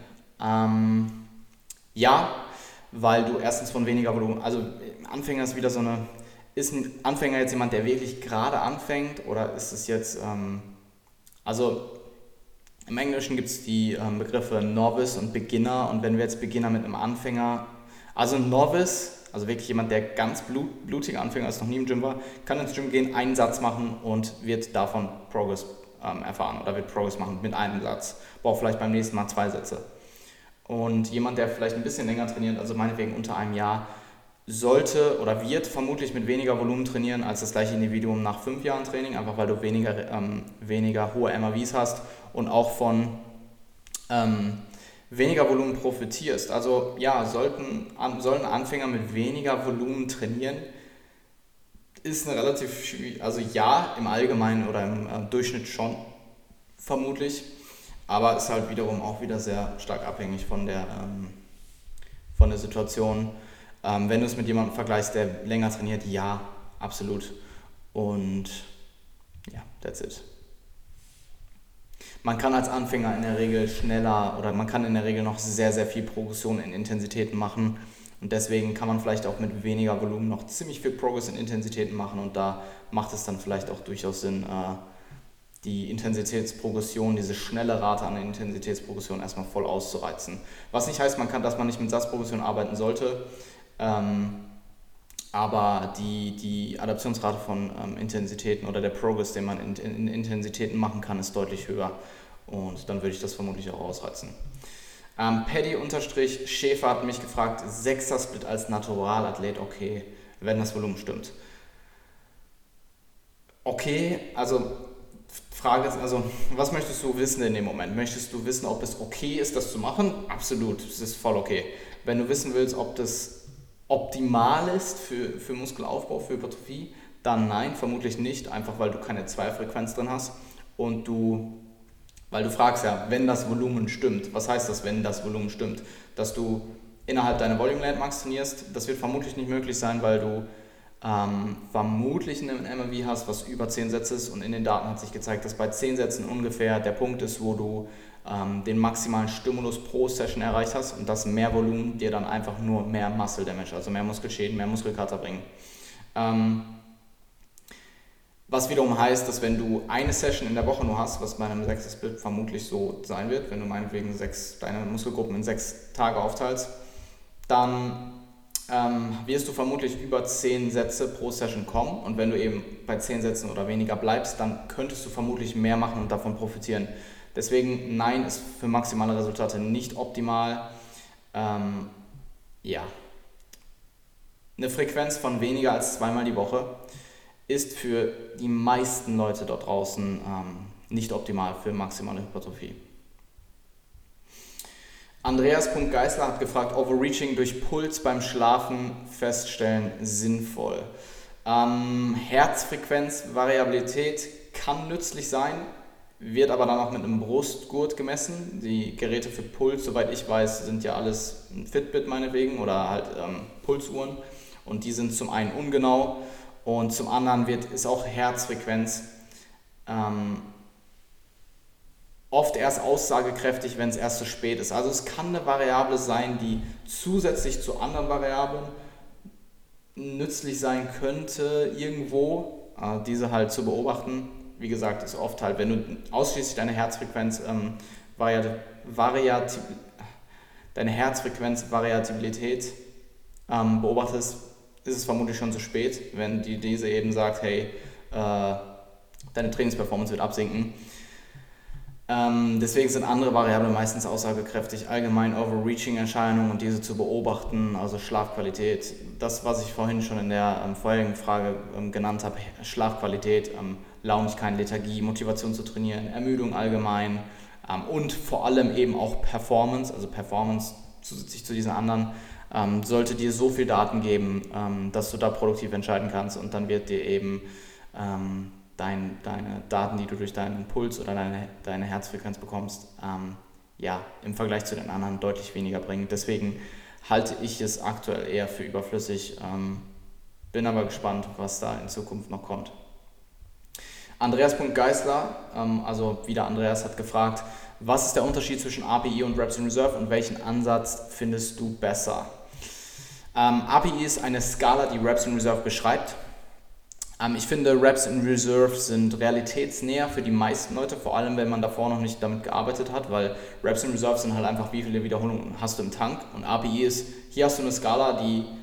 Ja, weil du erstens von weniger Volumen, also Anfänger ist wieder ist ein Anfänger jetzt jemand, der wirklich gerade anfängt oder ist es jetzt, also im Englischen gibt es die Begriffe Novice und Beginner und wenn wir jetzt Beginner mit einem Anfänger, also ein Novice, also wirklich jemand, der ganz blutiger Anfänger ist, noch nie im Gym war, kann ins Gym gehen, einen Satz machen und wird davon Progress erfahren oder wird Progress machen mit einem Satz, braucht vielleicht beim nächsten Mal 2 Sätze. Und jemand, der vielleicht ein bisschen länger trainiert, also meinetwegen unter einem Jahr, sollte oder wird vermutlich mit weniger Volumen trainieren als das gleiche Individuum nach 5 Jahren Training, einfach weil du weniger hohe MAVs hast und auch von weniger Volumen profitierst. Also ja, sollen Anfänger mit weniger Volumen trainieren? Ist eine relativ schwierig, also ja, im Allgemeinen oder im Durchschnitt schon, vermutlich, aber ist halt wiederum auch wieder sehr stark abhängig von der Situation. Wenn du es mit jemandem vergleichst, der länger trainiert, ja, absolut. Und ja, that's it. Man kann als Anfänger in der Regel schneller oder man kann in der Regel noch sehr, sehr viel Progression in Intensitäten machen. Und deswegen kann man vielleicht auch mit weniger Volumen noch ziemlich viel Progress in Intensitäten machen. Und da macht es dann vielleicht auch durchaus Sinn, die Intensitätsprogression, diese schnelle Rate an der Intensitätsprogression erstmal voll auszureizen. Was nicht heißt, dass man nicht mit Satzprogression arbeiten sollte, aber die Adaptionsrate von Intensitäten oder der Progress, den man in Intensitäten machen kann, ist deutlich höher und dann würde ich das vermutlich auch ausreizen. Paddy-Schäfer hat mich gefragt, 6er Split als Naturalathlet, okay, wenn das Volumen stimmt. Okay, also Frage ist, also was möchtest du wissen in dem Moment? Möchtest du wissen, ob es okay ist, das zu machen? Absolut, es ist voll okay. Wenn du wissen willst, ob das optimal ist für Muskelaufbau, für Hypertrophie, dann nein, vermutlich nicht, einfach weil du keine Zweierfrequenz drin hast und weil du fragst ja, wenn das Volumen stimmt, was heißt das, wenn das Volumen stimmt? Dass du innerhalb deiner Volume Landmarks trainierst, das wird vermutlich nicht möglich sein, weil du vermutlich einen MRV hast, was über 10 Sätze ist und in den Daten hat sich gezeigt, dass bei 10 Sätzen ungefähr der Punkt ist, wo du den maximalen Stimulus pro Session erreicht hast und dass mehr Volumen dir dann einfach nur mehr Muscle Damage, also mehr Muskelschäden, mehr Muskelkater bringen. Was wiederum heißt, dass wenn du eine Session in der Woche nur hast, was bei einem 6er-Split vermutlich so sein wird, wenn du meinetwegen deine Muskelgruppen in 6 Tage aufteilst, dann wirst du vermutlich über 10 Sätze pro Session kommen und wenn du eben bei 10 Sätzen oder weniger bleibst, dann könntest du vermutlich mehr machen und davon profitieren. Deswegen nein, ist für maximale Resultate nicht optimal. Ja, eine Frequenz von weniger als 2-mal die Woche ist für die meisten Leute dort draußen nicht optimal für maximale Hypertrophie. Andreas.Geisler hat gefragt, Overreaching durch Puls beim Schlafen feststellen sinnvoll. Herzfrequenzvariabilität kann nützlich sein, wird aber dann auch mit einem Brustgurt gemessen. Die Geräte für Puls, soweit ich weiß, sind ja alles ein Fitbit meinetwegen oder halt Pulsuhren und die sind zum einen ungenau und zum anderen ist auch Herzfrequenz oft erst aussagekräftig, wenn es erst zu spät ist. Also es kann eine Variable sein, die zusätzlich zu anderen Variablen nützlich sein könnte, irgendwo, diese halt zu beobachten. Wie gesagt, ist oft halt, wenn du ausschließlich deine Herzfrequenzvariabilität beobachtest, ist es vermutlich schon zu spät, wenn diese eben sagt, hey, deine Trainingsperformance wird absinken. Deswegen sind andere Variablen meistens aussagekräftig, allgemein Overreaching-Erscheinungen und diese zu beobachten, also Schlafqualität. Das, was ich vorhin schon in der vorherigen Frage genannt habe, Schlafqualität, Launigkeit, Lethargie, Motivation zu trainieren, Ermüdung allgemein und vor allem eben auch Performance, also Performance zusätzlich zu diesen anderen, sollte dir so viel Daten geben, dass du da produktiv entscheiden kannst und dann wird dir eben deine Daten, die du durch deinen Puls oder deine Herzfrequenz bekommst, im Vergleich zu den anderen deutlich weniger bringen. Deswegen halte ich es aktuell eher für überflüssig, bin aber gespannt, was da in Zukunft noch kommt. Andreas.Geisler, also wieder Andreas, hat gefragt, was ist der Unterschied zwischen API und Reps in Reserve und welchen Ansatz findest du besser? API ist eine Skala, die Reps in Reserve beschreibt. Ich finde, Reps in Reserve sind realitätsnäher für die meisten Leute, vor allem wenn man davor noch nicht damit gearbeitet hat, weil Reps in Reserve sind halt einfach, wie viele Wiederholungen hast du im Tank, und API ist, hier hast du eine Skala,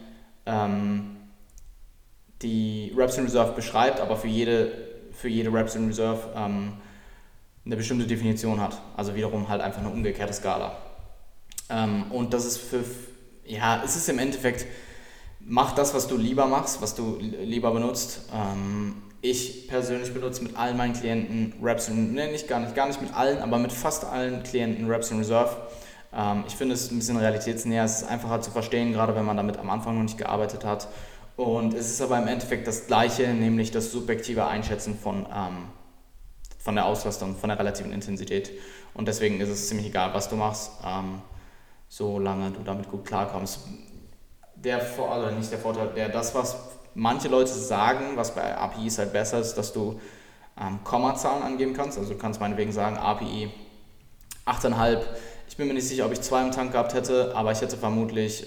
die Reps in Reserve beschreibt, aber für jede Reps in Reserve eine bestimmte Definition hat, also wiederum halt einfach eine umgekehrte Skala. Und das ist es ist im Endeffekt, mach das, was du lieber machst, was du lieber benutzt. Ich persönlich benutze mit allen meinen Klienten Reps in Reserve, gar nicht mit allen, aber mit fast allen Klienten Reps in Reserve. Ich finde es ein bisschen realitätsnäher, es ist einfacher zu verstehen, gerade wenn man damit am Anfang noch nicht gearbeitet hat. Und es ist aber im Endeffekt das Gleiche, nämlich das subjektive Einschätzen von der Auslastung, von der relativen Intensität. Und deswegen ist es ziemlich egal, was du machst, solange du damit gut klarkommst. Das, was manche Leute sagen, was bei APIs halt besser ist, dass du Kommazahlen angeben kannst. Also du kannst meinetwegen sagen, API 8,5. Ich bin mir nicht sicher, ob ich 2 im Tank gehabt hätte, aber ich hätte vermutlich,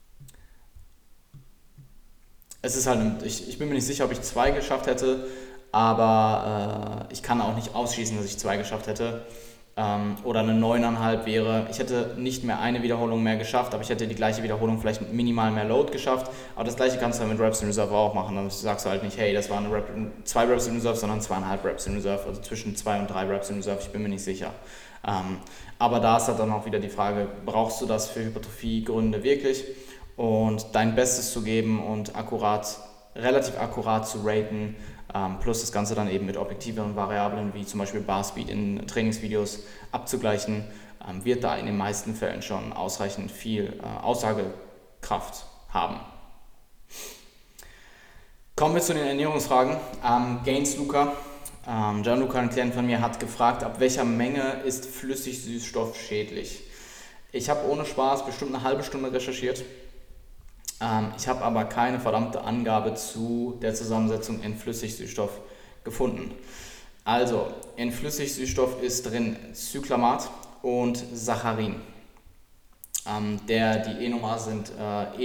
ich bin mir nicht sicher, ob ich 2 geschafft hätte, aber ich kann auch nicht ausschließen, dass ich 2 geschafft hätte. Oder eine 9,5 wäre, ich hätte nicht mehr eine Wiederholung mehr geschafft, aber ich hätte die gleiche Wiederholung vielleicht mit minimal mehr Load geschafft. Aber das gleiche kannst du mit Reps in Reserve auch machen. Dann sagst du halt nicht, hey, das waren 2 Reps in Reserve, sondern 2,5 Reps in Reserve, also zwischen 2 und 3 Reps in Reserve, ich bin mir nicht sicher. Aber da ist halt dann auch wieder die Frage, brauchst du das für Hypertrophie-Gründe wirklich? Und dein Bestes zu geben und relativ akkurat zu raten, plus das Ganze dann eben mit objektiveren Variablen wie zum Beispiel Barspeed in Trainingsvideos abzugleichen, wird da in den meisten Fällen schon ausreichend viel Aussagekraft haben. Kommen wir zu den Ernährungsfragen. Gains Luca, Gianluca, ein Klient von mir, hat gefragt, ab welcher Menge ist Flüssigsüßstoff schädlich? Ich habe ohne Spaß bestimmt eine halbe Stunde recherchiert. Ich habe aber keine verdammte Angabe zu der Zusammensetzung in Flüssigsüßstoff gefunden. Also, in Flüssigsüßstoff ist drin Cyclamat und Saccharin. Die E-Nummer sind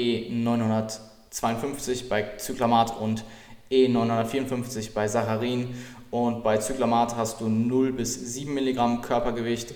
E952 bei Cyclamat und E954 bei Saccharin. Und bei Cyclamat hast du 0 bis 7 Milligramm Körpergewicht,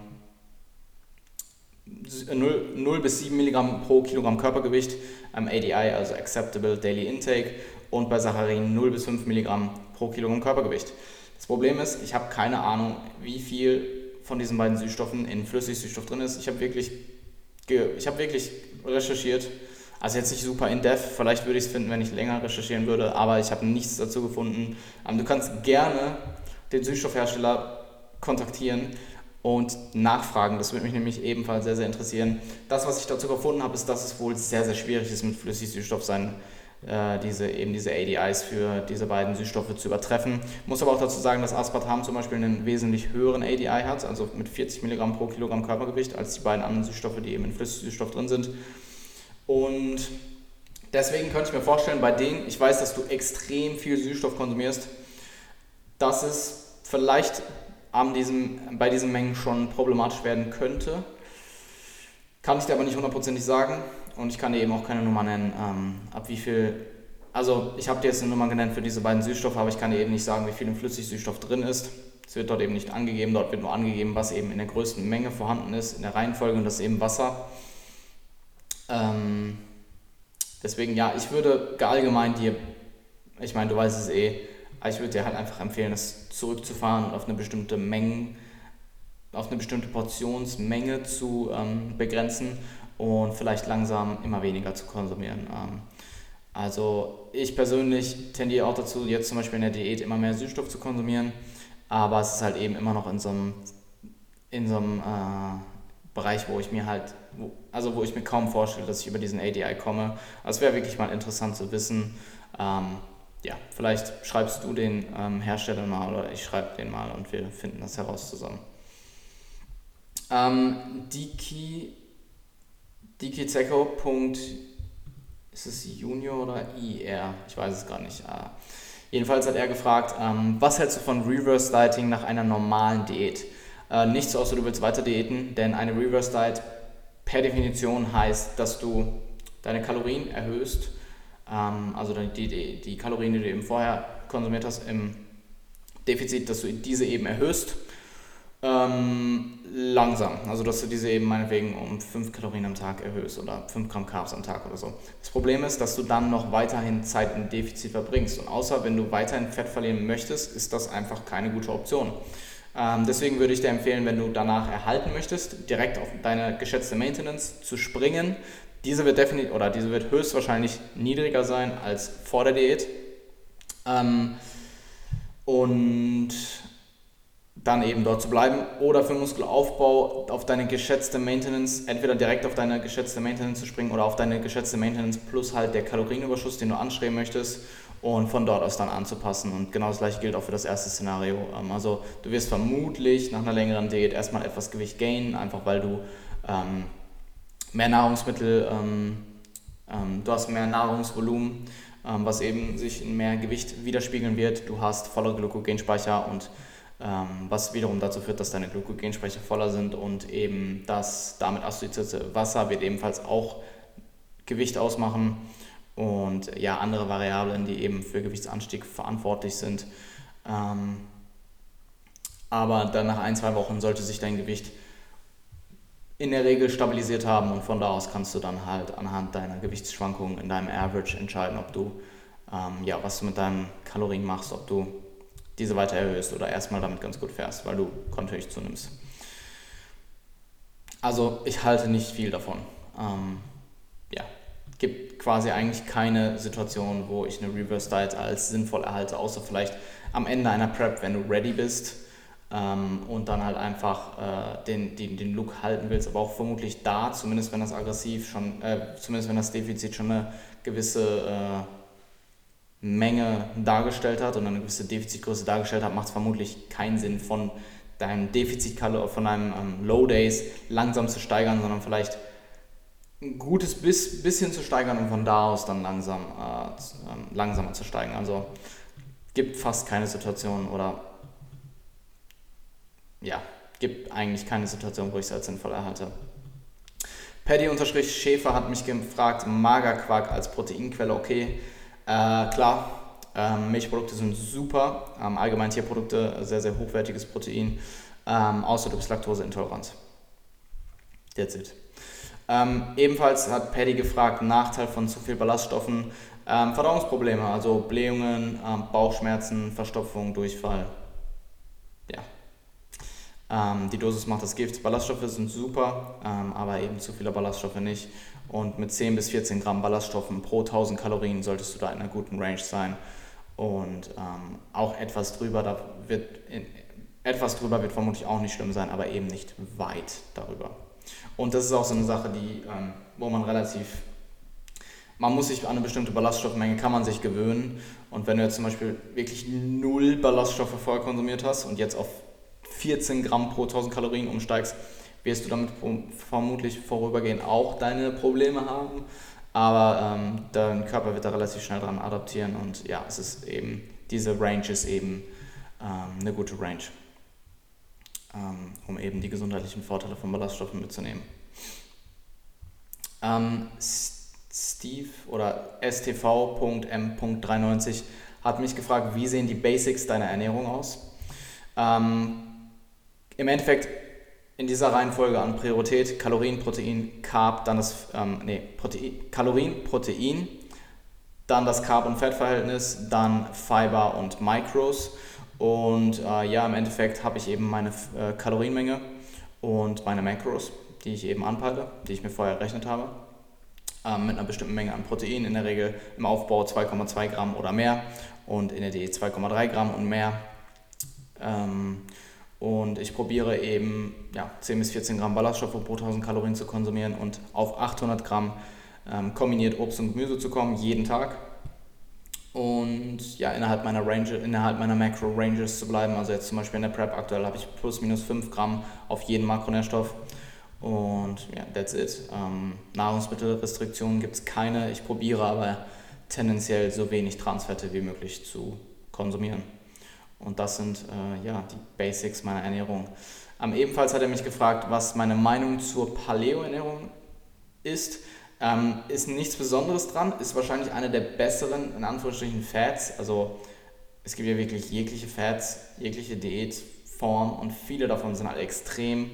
0 bis 7 Milligramm pro Kilogramm Körpergewicht, ADI, also Acceptable Daily Intake, und bei Saccharin 0 bis 5 Milligramm pro Kilogramm Körpergewicht. Das Problem ist, ich habe keine Ahnung, wie viel von diesen beiden Süßstoffen in Flüssigsüßstoff drin ist. Ich habe wirklich recherchiert, also jetzt nicht super in-depth, vielleicht würde ich es finden, wenn ich länger recherchieren würde, aber ich habe nichts dazu gefunden. Du kannst gerne den Süßstoffhersteller kontaktieren und nachfragen. Das würde mich nämlich ebenfalls sehr, sehr interessieren. Das, was ich dazu gefunden habe, ist, dass es wohl sehr, sehr schwierig ist, mit Flüssigsüßstoff diese ADIs für diese beiden Süßstoffe zu übertreffen. Ich muss aber auch dazu sagen, dass Aspartam zum Beispiel einen wesentlich höheren ADI hat, also mit 40 Milligramm pro Kilogramm Körpergewicht, als die beiden anderen Süßstoffe, die eben in Flüssigsüßstoff drin sind. Und deswegen könnte ich mir vorstellen, ich weiß, dass du extrem viel Süßstoff konsumierst, dass es vielleicht bei diesen Mengen schon problematisch werden könnte. Kann ich dir aber nicht hundertprozentig sagen und ich kann dir eben auch keine Nummer nennen, ab wie viel, also ich habe dir jetzt eine Nummer genannt für diese beiden Süßstoffe, aber ich kann dir eben nicht sagen, wie viel im Flüssigsüßstoff drin ist. Es wird dort eben nicht angegeben, dort wird nur angegeben, was eben in der größten Menge vorhanden ist, in der Reihenfolge, und das ist eben Wasser. Deswegen, ja, ich würde allgemein ich meine, du weißt es aber ich würde dir halt einfach empfehlen, das zurückzufahren und auf eine bestimmte Portionsmenge zu begrenzen und vielleicht langsam immer weniger zu konsumieren. Also ich persönlich tendiere auch dazu, jetzt zum Beispiel in der Diät immer mehr Süßstoff zu konsumieren, aber es ist halt eben immer noch in so einem Bereich, wo ich mir kaum vorstelle, dass ich über diesen ADI komme. Also es wäre wirklich mal interessant zu wissen. Ja, vielleicht schreibst du den Hersteller mal oder ich schreibe den mal und wir finden das heraus zusammen. Dikizeko. Ist es Junior oder IR? Ich weiß es gar nicht. Jedenfalls hat er gefragt, was hältst du von Reverse Dieting nach einer normalen Diät? Nichts außer du willst weiter diäten, denn eine Reverse Diet per Definition heißt, dass du deine Kalorien erhöhst, also die Kalorien, die du eben vorher konsumiert hast im Defizit, dass du diese eben erhöhst, langsam, also dass du diese eben meinetwegen um 5 Kalorien am Tag erhöhst oder 5 Gramm Carbs am Tag oder so. Das Problem ist, dass du dann noch weiterhin Zeit im Defizit verbringst, und außer wenn du weiterhin Fett verlieren möchtest, ist das einfach keine gute Option. Deswegen würde ich dir empfehlen, wenn du danach erhalten möchtest, direkt auf deine geschätzte Maintenance zu springen. Diese wird höchstwahrscheinlich niedriger sein als vor der Diät. Und dann eben dort zu bleiben, oder für Muskelaufbau auf deine geschätzte Maintenance, entweder direkt auf deine geschätzte Maintenance zu springen oder auf deine geschätzte Maintenance plus halt der Kalorienüberschuss, den du anstreben möchtest, und von dort aus dann anzupassen. Und genau das gleiche gilt auch für das erste Szenario. Also du wirst vermutlich nach einer längeren Diät erstmal etwas Gewicht gainen, einfach weil du mehr Nahrungsmittel, du hast mehr Nahrungsvolumen, was eben sich in mehr Gewicht widerspiegeln wird. Du hast vollere Glykogenspeicher, und was wiederum dazu führt, dass deine Glykogenspeicher voller sind, und eben das damit assoziierte Wasser wird ebenfalls auch Gewicht ausmachen, und ja, andere Variablen, die eben für Gewichtsanstieg verantwortlich sind. Aber dann nach 1-2 Wochen sollte sich dein Gewicht in der Regel stabilisiert haben und von da aus kannst du dann halt anhand deiner Gewichtsschwankungen in deinem Average entscheiden, ob du, was du mit deinen Kalorien machst, ob du diese weiter erhöhst oder erstmal damit ganz gut fährst, weil du kontinuierlich zunimmst. Also ich halte nicht viel davon. Gibt quasi eigentlich keine Situation, wo ich eine Reverse Diet als sinnvoll erhalte, außer vielleicht am Ende einer Prep, wenn du ready bist und dann halt einfach den Look halten willst, aber auch vermutlich da, zumindest wenn das zumindest wenn das Defizit schon eine gewisse Menge dargestellt hat und eine gewisse Defizitgröße dargestellt hat, macht es vermutlich keinen Sinn, von deinem von deinem Low Days langsam zu steigern, sondern vielleicht ein gutes bisschen zu steigern und von da aus dann langsamer zu steigen. Also gibt fast keine Situation gibt eigentlich keine Situation, wo ich es als sinnvoll erhalte. Paddy-Schäfer hat mich gefragt, Magerquark als Proteinquelle, okay. Klar, Milchprodukte sind super, allgemein Tierprodukte, sehr, sehr hochwertiges Protein, außer du bist laktoseintolerant. That's it. Ebenfalls hat Paddy gefragt, Nachteil von zu viel Ballaststoffen, Verdauungsprobleme, also Blähungen, Bauchschmerzen, Verstopfung, Durchfall. Die Dosis macht das Gift. Ballaststoffe sind super, aber eben zu viele Ballaststoffe nicht. Und mit 10 bis 14 Gramm Ballaststoffen pro 1000 Kalorien solltest du da in einer guten Range sein. Und auch etwas drüber wird vermutlich auch nicht schlimm sein, aber eben nicht weit darüber. Und das ist auch so eine Sache, wo man muss sich an eine bestimmte Ballaststoffmenge, kann man sich gewöhnen. Und wenn du jetzt zum Beispiel wirklich 0 Ballaststoffe vorher konsumiert hast und jetzt auf 14 Gramm pro 1000 Kalorien umsteigst, wirst du damit vermutlich vorübergehend auch deine Probleme haben. Aber dein Körper wird da relativ schnell dran adaptieren und ja, diese Range ist eben eine gute Range, um eben die gesundheitlichen Vorteile von Ballaststoffen mitzunehmen. Steve oder stv.m.93 hat mich gefragt, wie sehen die Basics deiner Ernährung aus? Im Endeffekt in dieser Reihenfolge an Priorität: Kalorien, Protein, Carb, dann Kalorien, Protein, dann das Carb- und Fettverhältnis, dann Fiber und Micros. Und im Endeffekt habe ich eben meine Kalorienmenge und meine Macros, die ich eben anpeile, die ich mir vorher errechnet habe, mit einer bestimmten Menge an Protein, in der Regel im Aufbau 2,2 Gramm oder mehr und in der Diät 2,3 Gramm und mehr. Und ich probiere eben 10 bis 14 Gramm Ballaststoffe pro 1000 Kalorien zu konsumieren und auf 800 Gramm kombiniert Obst und Gemüse zu kommen, jeden Tag. Und innerhalb meiner Macro-Ranges zu bleiben. Also jetzt zum Beispiel in der Prep aktuell habe ich plus minus 5 Gramm auf jeden Makronährstoff. Und that's it. Nahrungsmittelrestriktionen gibt es keine. Ich probiere aber tendenziell so wenig Transfette wie möglich zu konsumieren. Und das sind die Basics meiner Ernährung. Ebenfalls hat er mich gefragt, was meine Meinung zur Paleo-Ernährung ist. Ist nichts Besonderes dran, ist wahrscheinlich eine der besseren, in Anführungsstrichen, Fads. Also es gibt ja wirklich jegliche Fads, jegliche Diätform und viele davon sind halt extrem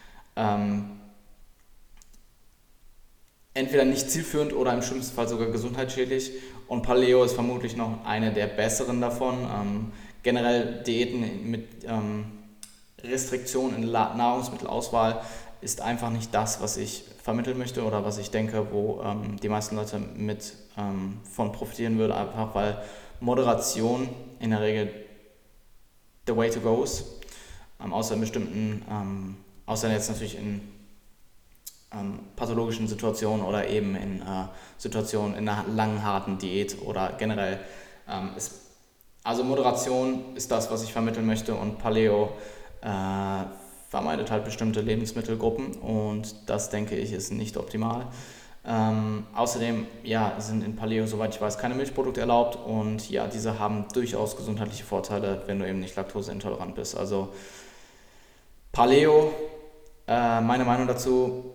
entweder nicht zielführend oder im schlimmsten Fall sogar gesundheitsschädlich. Und Paleo ist vermutlich noch eine der besseren davon. Generell Diäten mit Restriktionen in Nahrungsmittelauswahl ist einfach nicht das, was ich vermitteln möchte oder was ich denke, wo die meisten Leute von profitieren würden, einfach weil Moderation in der Regel the way to go ist. Außer jetzt natürlich in pathologischen Situationen oder eben in Situationen in einer langen, harten Diät oder generell. Also Moderation ist das, was ich vermitteln möchte, und Paleo vermeidet halt bestimmte Lebensmittelgruppen und das, denke ich, ist nicht optimal. Außerdem sind in Paleo, soweit ich weiß, keine Milchprodukte erlaubt und diese haben durchaus gesundheitliche Vorteile, wenn du eben nicht laktoseintolerant bist. Also Paleo, meine Meinung dazu: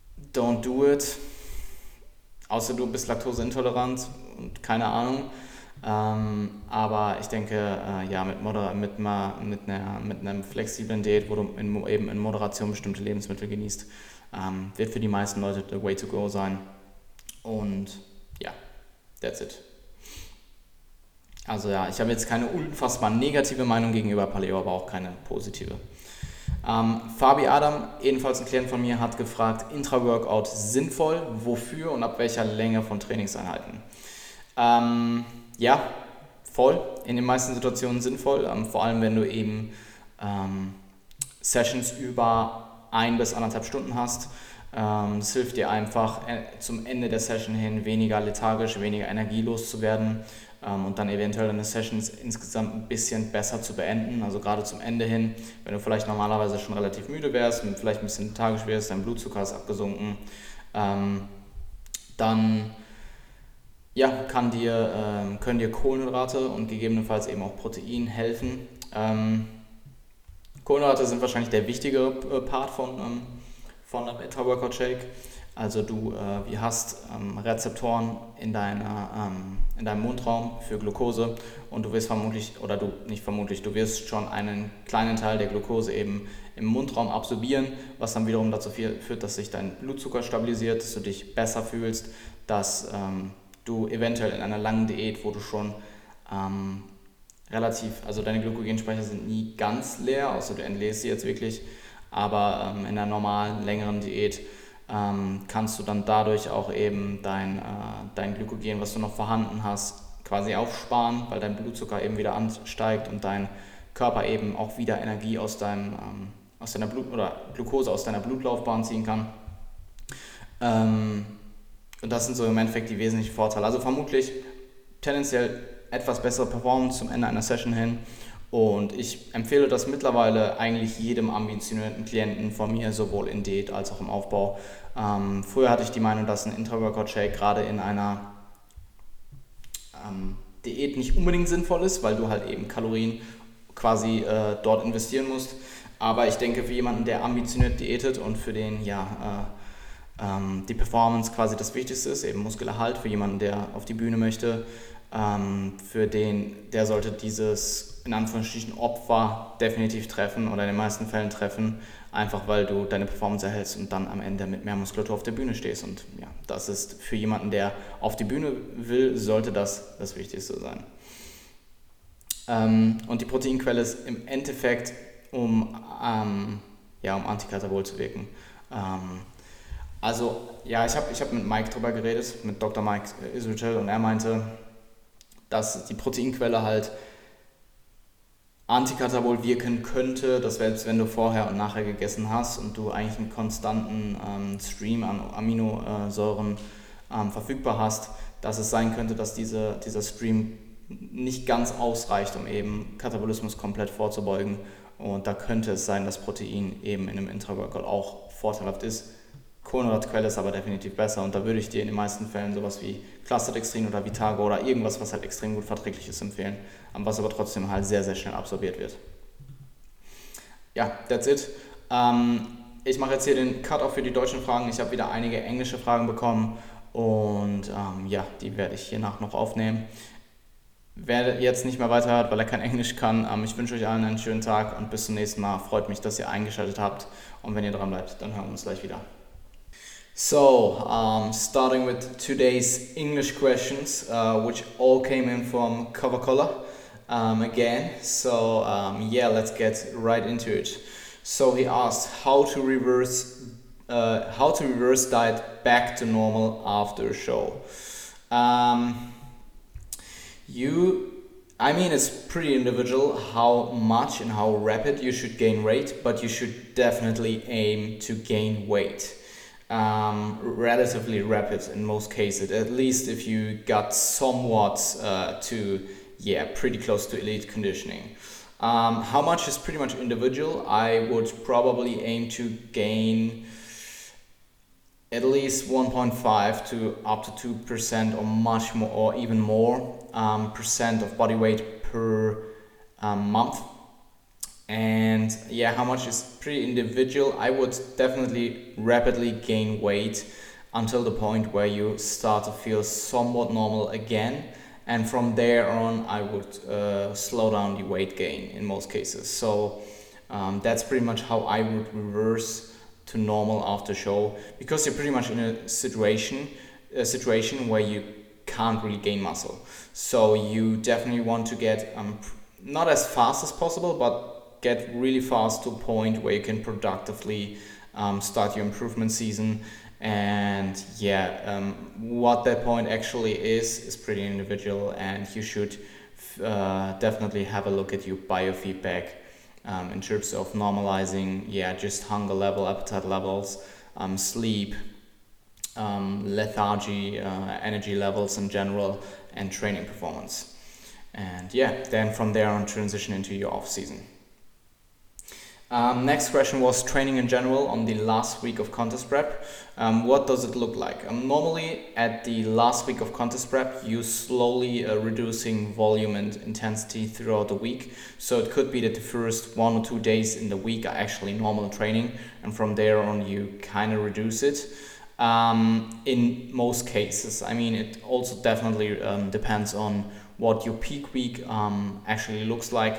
don't do it, außer du bist laktoseintolerant und keine Ahnung. Aber ich denke, mit einer flexiblen Diät, wo du eben in Moderation bestimmte Lebensmittel genießt, wird für die meisten Leute the way to go sein. Und ja, that's it. Also ja, ich habe jetzt keine unfassbar negative Meinung gegenüber Paleo, aber auch keine positive. Fabi Adam, ebenfalls ein Klient von mir, hat gefragt, Intra-Workout sinnvoll, wofür und ab welcher Länge von Trainingseinheiten? Ja, voll, in den meisten Situationen sinnvoll, vor allem wenn du eben Sessions über 1 bis 1,5 Stunden hast. Das hilft dir einfach zum Ende der Session hin weniger lethargisch, weniger energielos zu werden und dann eventuell deine Sessions insgesamt ein bisschen besser zu beenden. Also gerade zum Ende hin, wenn du vielleicht normalerweise schon relativ müde wärst und vielleicht ein bisschen lethargisch wärst, dein Blutzucker ist abgesunken, dann ja, können dir Kohlenhydrate und gegebenenfalls eben auch Protein helfen. Kohlenhydrate sind wahrscheinlich der wichtigere Part von einem Intra-Workout-Shake. Also du hast Rezeptoren in deinem Mundraum für Glucose und du wirst du wirst schon einen kleinen Teil der Glucose eben im Mundraum absorbieren, was dann wiederum dazu führt, dass sich dein Blutzucker stabilisiert, dass du dich besser fühlst, dass du eventuell in einer langen Diät, wo du schon also deine Glykogenspeicher sind nie ganz leer, außer du entlädst sie jetzt wirklich, aber in einer normalen, längeren Diät kannst du dann dadurch auch eben dein Glykogen, was du noch vorhanden hast, quasi aufsparen, weil dein Blutzucker eben wieder ansteigt und dein Körper eben auch wieder Energie aus deiner Glucose aus deiner Blutlaufbahn ziehen kann. Und das sind so im Endeffekt die wesentlichen Vorteile. Also vermutlich tendenziell etwas bessere Performance zum Ende einer Session hin. Und ich empfehle das mittlerweile eigentlich jedem ambitionierten Klienten von mir, sowohl in Diät als auch im Aufbau. Früher hatte ich die Meinung, dass ein Intra-Workout-Shake gerade in einer Diät nicht unbedingt sinnvoll ist, weil du halt eben Kalorien quasi dort investieren musst. Aber ich denke, für jemanden, der ambitioniert diätet und für den die Performance quasi das Wichtigste ist, eben Muskelerhalt, für jemanden, der auf die Bühne möchte, der sollte dieses in Anführungsstrichen Opfer definitiv treffen oder in den meisten Fällen treffen, einfach weil du deine Performance erhältst und dann am Ende mit mehr Muskulatur auf der Bühne stehst. Und ja, das ist für jemanden, der auf die Bühne will, sollte das Wichtigste sein. Und die Proteinquelle ist im Endeffekt, um antikatabol zu wirken. Ich hab mit Mike drüber geredet, mit Dr. Mike Israel, und er meinte, dass die Proteinquelle halt antikatabol wirken könnte, dass selbst wenn du vorher und nachher gegessen hast und du eigentlich einen konstanten Stream an Aminosäuren verfügbar hast, dass es sein könnte, dass dieser Stream nicht ganz ausreicht, um eben Katabolismus komplett vorzubeugen. Und da könnte es sein, dass Protein eben in einem Intra-Workout auch vorteilhaft ist. Kohlenhydratquelle ist aber definitiv besser, und da würde ich dir in den meisten Fällen sowas wie Clusterdextrin oder Vitago oder irgendwas, was halt extrem gut verträglich ist, empfehlen, was aber trotzdem halt sehr, sehr schnell absorbiert wird. Ja, that's it. Ich mache jetzt hier den Cut auch für die deutschen Fragen. Ich habe wieder einige englische Fragen bekommen und die werde ich hiernach noch aufnehmen. Wer jetzt nicht mehr weiterhört, weil er kein Englisch kann, ich wünsche euch allen einen schönen Tag und bis zum nächsten Mal. Freut mich, dass ihr eingeschaltet habt, und wenn ihr dran bleibt, dann hören wir uns gleich wieder. So, starting with today's English questions, which all came in from Coca-Cola again. So, let's get right into it. So he asked how to reverse diet back to normal after a show. It's pretty individual how much and how rapid you should gain weight, but you should definitely aim to gain weight. Relatively rapid in most cases, at least if you got somewhat pretty close to elite conditioning. How much is pretty much individual. I would probably aim to gain at least 1.5 to up to 2% or much more, or even more percent of body weight per month. And how much is pretty individual. I would definitely rapidly gain weight until the point where you start to feel somewhat normal again, and from there on I would slow down the weight gain in most cases. So that's pretty much how I would reverse to normal after show, because you're pretty much in a situation where you can't really gain muscle. So you definitely want to get not as fast as possible, but get really fast to a point where you can productively start your improvement season. And what that point actually is pretty individual, and you should definitely have a look at your biofeedback in terms of normalizing just hunger level, appetite levels, sleep, lethargy, energy levels in general, and training performance. And then from there on transition into your off season. Next question was training in general on the last week of contest prep. What does it look like? Normally at the last week of contest prep, you slowly reducing volume and intensity throughout the week. So it could be that the first 1 or 2 days in the week are actually normal training, and from there on you kind of reduce it. In most cases, I mean, it also definitely depends on what your peak week actually looks like.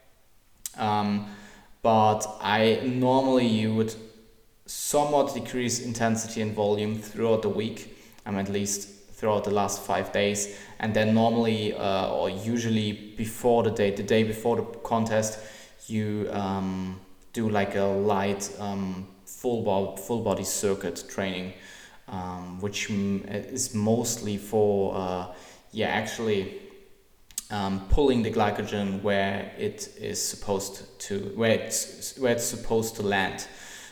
But you would somewhat decrease intensity and volume throughout the week, at least throughout the last 5 days, and then normally or usually before the day before the contest, you do like a light full body circuit training, which is mostly for pulling the glycogen where it's supposed to land,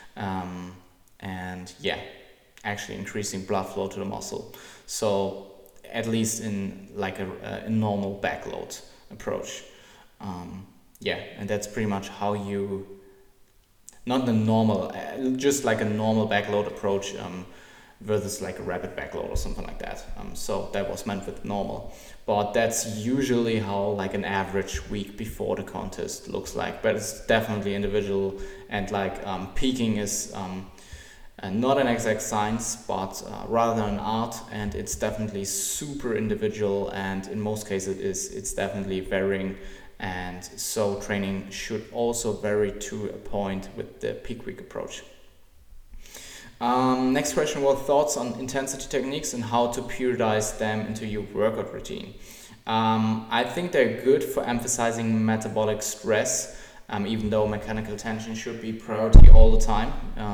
and actually increasing blood flow to the muscle. So at least in like a normal backload approach, and that's pretty much how you, not the normal, just like a normal backload approach versus like a rapid backload or something like that. So that was meant with normal, but that's usually how like an average week before the contest looks like. But it's definitely individual, and like peaking is not an exact science, but rather an art, and it's definitely super individual, and in most cases it's definitely varying. And so training should also vary to a point with the peak week approach. Next question was thoughts on intensity techniques and how to periodize them into your workout routine. I think they're good for emphasizing metabolic stress, even though mechanical tension should be priority all the time.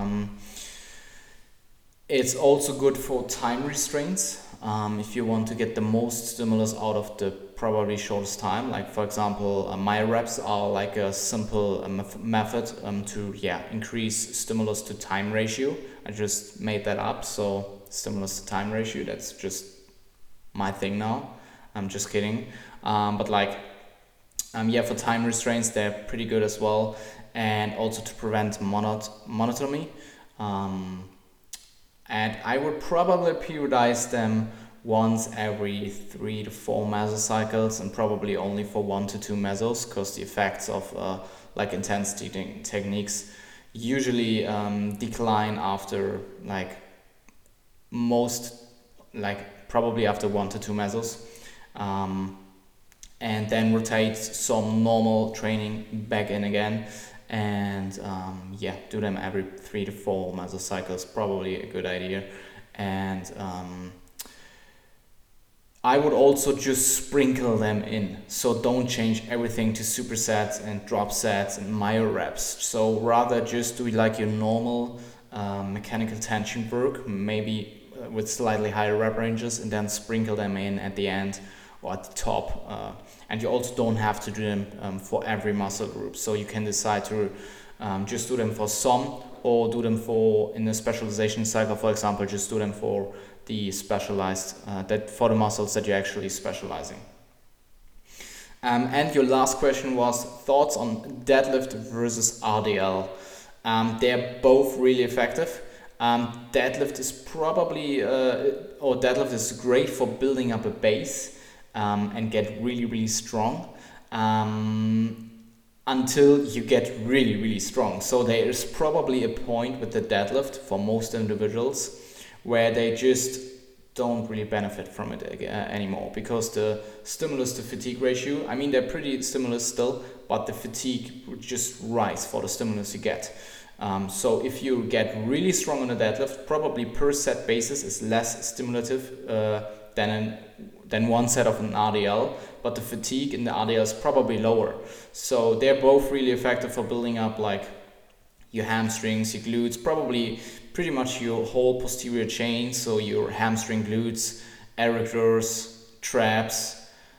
It's also good for time restraints. If you want to get the most stimulus out of the probably shortest time, like for example, my reps are like a simple method to increase stimulus to time ratio. I just made that up, so stimulus to time ratio, that's just my thing now. I'm just kidding. But for time restraints, they're pretty good as well, and also to prevent monotony. And I would probably periodize them once every 3 to 4 mesocycles, and probably only for 1 to 2 mesos, because the effects of intensity techniques usually decline after probably after 1 to 2 mesos, and then rotate some normal training back in again, and do them every 3 to 4 mesocycles, probably a good idea. And I would also just sprinkle them in, so don't change everything to supersets and drop sets and myo reps. So rather just do like your normal mechanical tension work, maybe with slightly higher rep ranges, and then sprinkle them in at the end or at the top. And you also don't have to do them for every muscle group, so you can decide to just do them for some, or do them for, in a specialization cycle, for example, just do them for the specialized, that for the muscles that you're actually specializing. And your last question was thoughts on deadlift versus RDL. They're both really effective. Deadlift is deadlift is great for building up a base and get really, really strong until you get really, really strong. So there is probably a point with the deadlift for most individuals where they just don't really benefit from it anymore, because the stimulus to fatigue ratio, I mean, they're pretty stimulus still, but the fatigue would just rise for the stimulus you get. So if you get really strong on a deadlift, probably per set basis is less stimulative than one set of an RDL, but the fatigue in the RDL is probably lower. So they're both really effective for building up like your hamstrings, your glutes, probably pretty much your whole posterior chain, so your hamstring, glutes, adductors, traps,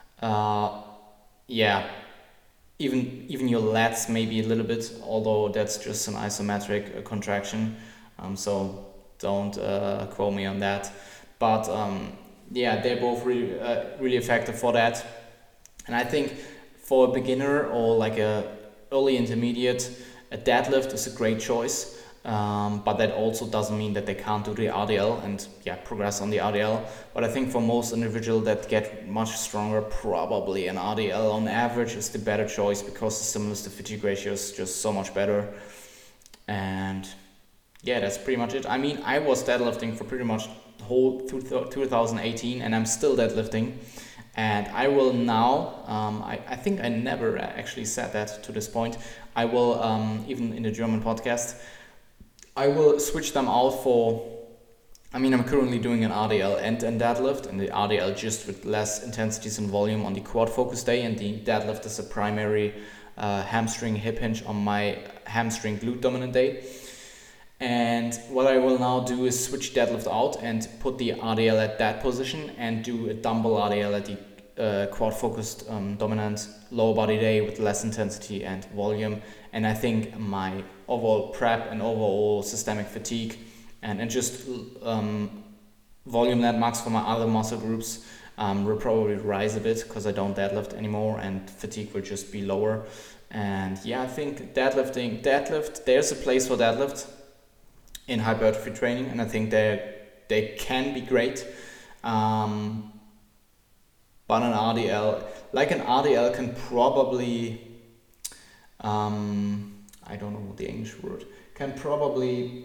even your lats maybe a little bit, although that's just an isometric contraction, so don't quote me on that. But they're both really effective for that. And I think for a beginner or like a early intermediate, a deadlift is a great choice. But that also doesn't mean that they can't do the RDL and progress on the RDL. But I think for most individuals that get much stronger, probably an RDL on average is the better choice, because the stimulus to fatigue ratio is just so much better. And that's pretty much it. I mean, I was deadlifting for pretty much the whole 2018, and I'm still deadlifting. And I will now, I think I never actually said that to this point, I will, even in the German podcast, I will switch them out for, I'm currently doing an RDL and deadlift, and the RDL just with less intensities and volume on the quad focus day, and the deadlift is a primary hamstring hip hinge on my hamstring glute dominant day. And what I will now do is switch deadlift out and put the RDL at that position and do a dumbbell RDL at the quad focused dominant lower body day with less intensity and volume. And I think my overall prep and overall systemic fatigue and just volume net max for my other muscle groups will probably rise a bit, because I don't deadlift anymore and fatigue will just be lower. And I think deadlift, there's a place for deadlift in hypertrophy training, and I think they can be great. But an RDL can probably, I don't know the English word, can probably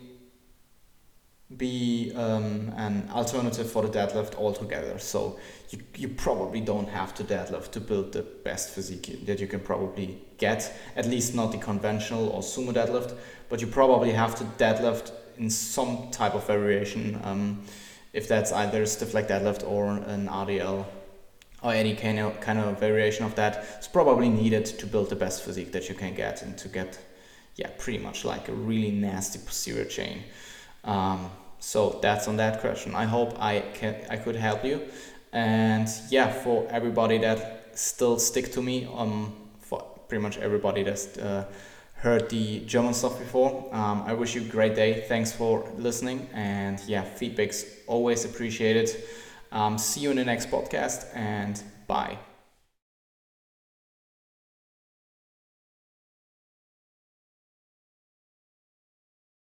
be an alternative for the deadlift altogether. So you probably don't have to deadlift to build the best physique that you can probably get, at least not the conventional or sumo deadlift, but you probably have to deadlift in some type of variation, if that's either stiff leg deadlift or an RDL or any kind of variation of that. It's probably needed to build the best physique that you can get, and to get pretty much like a really nasty posterior chain. So that's on that question. I hope I could help you. And for everybody that still stick to me, for pretty much everybody that's heard the German stuff before, I wish you a great day. Thanks for listening, and feedback's always appreciated. See you in the next podcast, and bye.